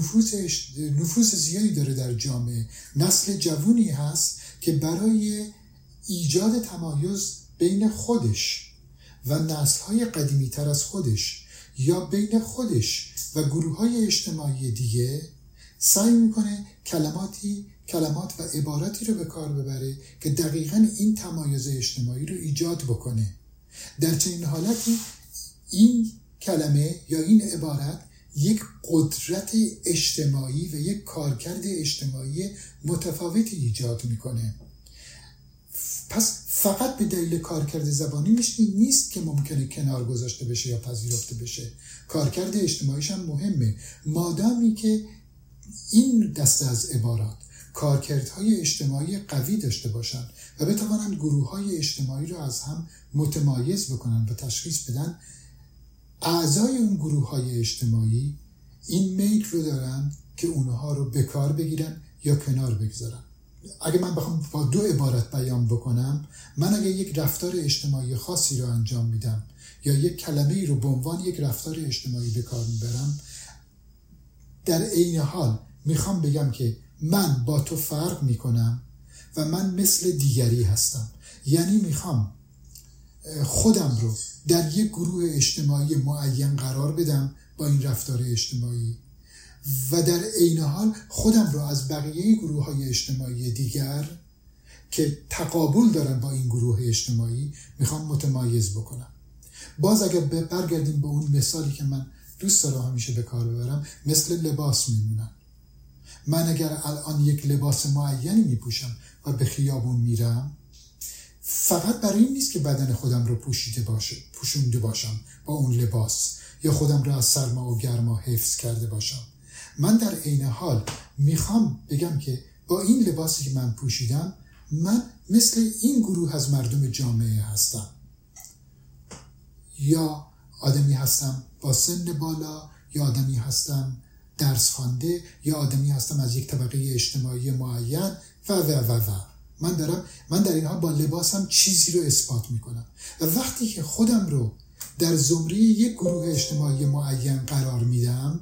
نفوذ زیادی داره در جامعه، نسل جوونی هست که برای ایجاد تمایز بین خودش و نسل‌های قدیمی تر از خودش یا بین خودش و گروه‌های اجتماعی دیگه سعی میکنه کلمات و عباراتی رو به کار ببره که دقیقاً این تمایز اجتماعی رو ایجاد بکنه. در چنین حالتی این کلمه یا این عبارت یک قدرت اجتماعی و یک کارکرد اجتماعی متفاوتی ایجاد میکنه. پس فقط به دلیل کارکرد زبانی نیست که ممکنه کنار گذاشته بشه یا پذیرفته بشه. کارکرد اجتماعیش هم مهمه، مادامی که این دسته از عبارات کارکردهای اجتماعی قوی داشته باشند و بتوانند گروه‌های اجتماعی رو از هم متمایز بکنن و تشخیص بدن. اعضای اون گروه‌های اجتماعی این میل رو دارن که اونها رو به کار بگیرن یا کنار بگذارن. اگه من بخوام با دو عبارت بیان بکنم، من اگه یک رفتار اجتماعی خاصی رو انجام میدم یا یک کلمه‌ای رو به عنوان یک رفتار اجتماعی به کار میبرم، در عین حال میخوام بگم که من با تو فرق میکنم و من مثل دیگری هستم. یعنی میخوام خودم رو در یک گروه اجتماعی معین قرار بدم با این رفتار اجتماعی و در عین حال خودم رو از بقیه گروه‌های اجتماعی دیگر که تقابل دارن با این گروه اجتماعی میخوام متمایز بکنم. باز اگر برگردیم به اون مثالی که من دوست دارم همیشه به کار ببرم، مثل لباس میمونن. من اگر الان یک لباس معینی میپوشم و به خیابون میرم، فقط برای این نیست که بدن خودم رو پوشونده باشم با اون لباس یا خودم رو از سرما و گرما حفظ کرده باشم. من در عین حال میخوام بگم که با این لباسی که من پوشیدم، من مثل این گروه از مردم جامعه هستم، یا آدمی هستم با سن بالا، یا آدمی هستم درس خوانده، یا آدمی هستم از یک طبقه اجتماعی معین و من در اینها با لباسم چیزی رو اثبات میکنم. و وقتی که خودم رو در زمره یک گروه اجتماعی معین قرار میدم،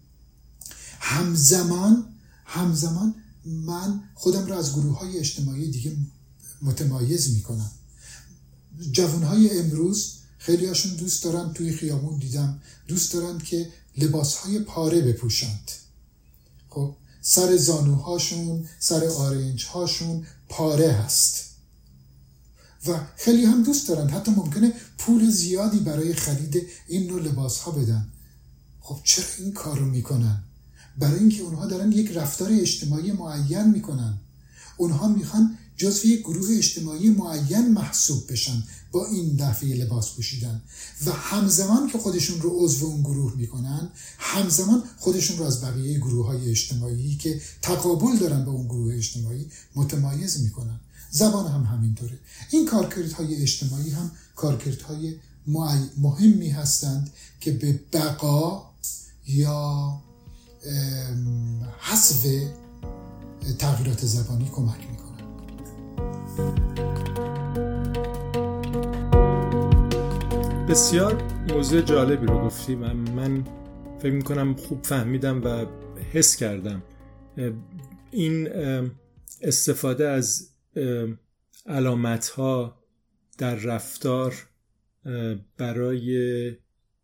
همزمان من خودم رو از گروه‌های اجتماعی دیگه متمایز میکنم. جوانهای امروز خیلی هاشون دوست دارن، توی خیابون دیدم، دوست دارن که لباسهای پاره بپوشند. خب سر زانوهاشون، سر آرنجهاشون پاره هست و خیلی هم دوست دارن، حتی ممکنه پول زیادی برای خرید این نوع لباسها بدن. خب چرا این کار رو میکنن؟ برای اینکه اونها دارن یک رفتار اجتماعی معین میکنن. اونها میخوان جزو یک گروه اجتماعی معین محسوب بشن با این دفعه لباس پوشیدن و همزمان که خودشون رو عضو اون گروه میکنن، همزمان خودشون رو از بقیه گروه‌های اجتماعی که تقابل دارن با اون گروه اجتماعی متمایز میکنن. زبان هم همینطوره. این کارکردهای اجتماعی هم کارکردهای مهمی هستند که به بقا یا حذف تغییرات زبانی کمک میکنن. بسیار موضوع جالبی رو گفتی. من فکر میکنم خوب فهمیدم و حس کردم این استفاده از علامت‌ها در رفتار برای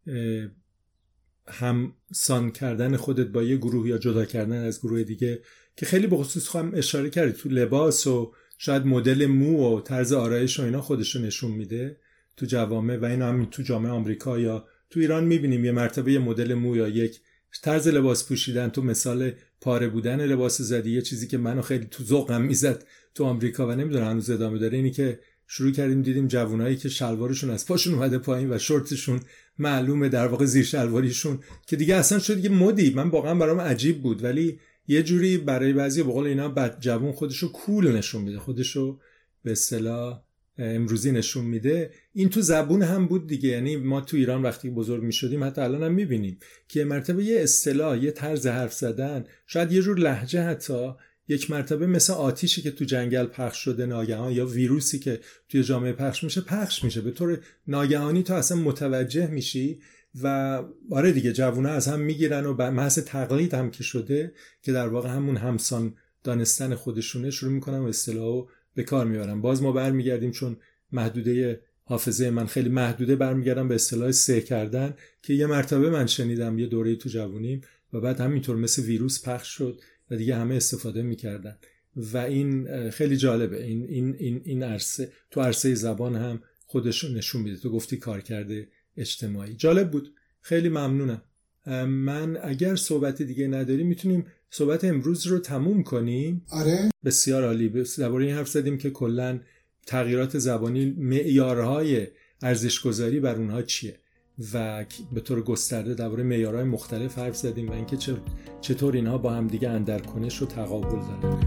همسان کردن خودت با یه گروه یا جدا کردن از گروه دیگه که خیلی به خصوص خواهم اشاره کردی تو لباس و شاید مدل مو و طرز آرایش و اینا خودشو نشون میده تو جوامع و اینا هم تو جامعه آمریکا یا تو ایران میبینیم یه مرتبه یه مدل مو یا یک طرز لباس پوشیدن. تو مثال پاره بودن لباس زدی، یه چیزی که منو خیلی تو ذوقم میزد تو آمریکا و نمیدونم هنوز ادامه داره، اینی که شروع کردیم دیدیم جوانایی که شلوارشون از پاشون اومده پایین و شورتشون معلومه، در واقع زیر شلواریشون، که دیگه اصلا شد یه مدی. من واقعا برام عجیب بود، ولی یه جوری برای بعضی به قول اینا بعد جوان خودشو کول نشون میده، خودشو به اصطلاح امروزی نشون میده. این تو زبون هم بود دیگه. یعنی ما تو ایران وقتی بزرگ میشدیم حتی الان هم میبینیم که مرتبه یه اصطلاح، یه طرز حرف زدن، شاید یه جور لهجه، حتی یک مرتبه مثل آتیشی که تو جنگل پخش شده ناگهان یا ویروسی که توی جامعه پخش میشه به طور ناگهانی تو اصلا متوجه میشی و آره دیگه جوونا از هم میگیرن و محض تقلید هم که شده که در واقع همون همسان دانستن خودشونه شروع میکنن و اصطلاحو به کار میبرن. باز ما برمیگردیم چون محدوده حافظه من خیلی محدوده، برمیگردم به اصطلاح سه کردن که یه مرتبه من شنیدم یه دوره تو جوونیم و بعد همینطور مثل ویروس پخش شد و دیگه همه استفاده میکردن و این خیلی جالبه. این عرصه تو عرصه زبان هم خودش نشون میده. تو گفتی کار کرده اجتماعی، جالب بود، خیلی ممنونم. من اگر صحبت دیگه نداری میتونیم صحبت امروز رو تموم کنیم. آره بسیار عالی. درباره این حرف زدیم که کلا تغییرات زبانی معیارهای ارزش‌گذاری بر اونها چیه و به طور گسترده درباره معیارهای مختلف حرف زدیم و اینکه چطور اینها با هم دیگه اندرکنش و تقابل دارن.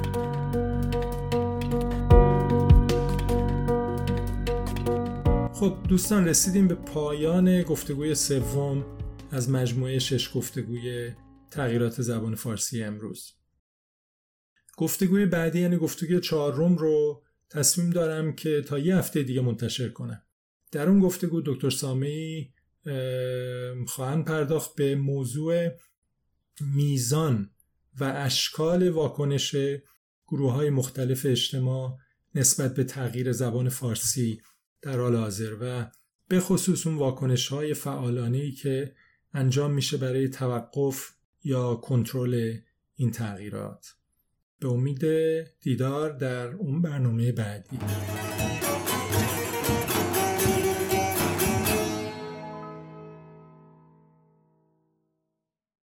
خب دوستان، رسیدیم به پایان گفتگوی سوم از مجموعه 6 گفتگوی تغییرات زبان فارسی امروز. گفتگوی بعدی یعنی گفتگوی 4 رو تصمیم دارم که تا یه هفته دیگه منتشر کنم. در اون گفتگو دکتر سامعی خواهند پرداخت به موضوع میزان و اشکال واکنش گروه‌های مختلف اجتماع نسبت به تغییر زبان فارسی در حال حاضر و به خصوص اون واکنش‌های فعالانه‌ای که انجام میشه برای توقف یا کنترل این تغییرات. به امید دیدار در اون برنامه بعدی.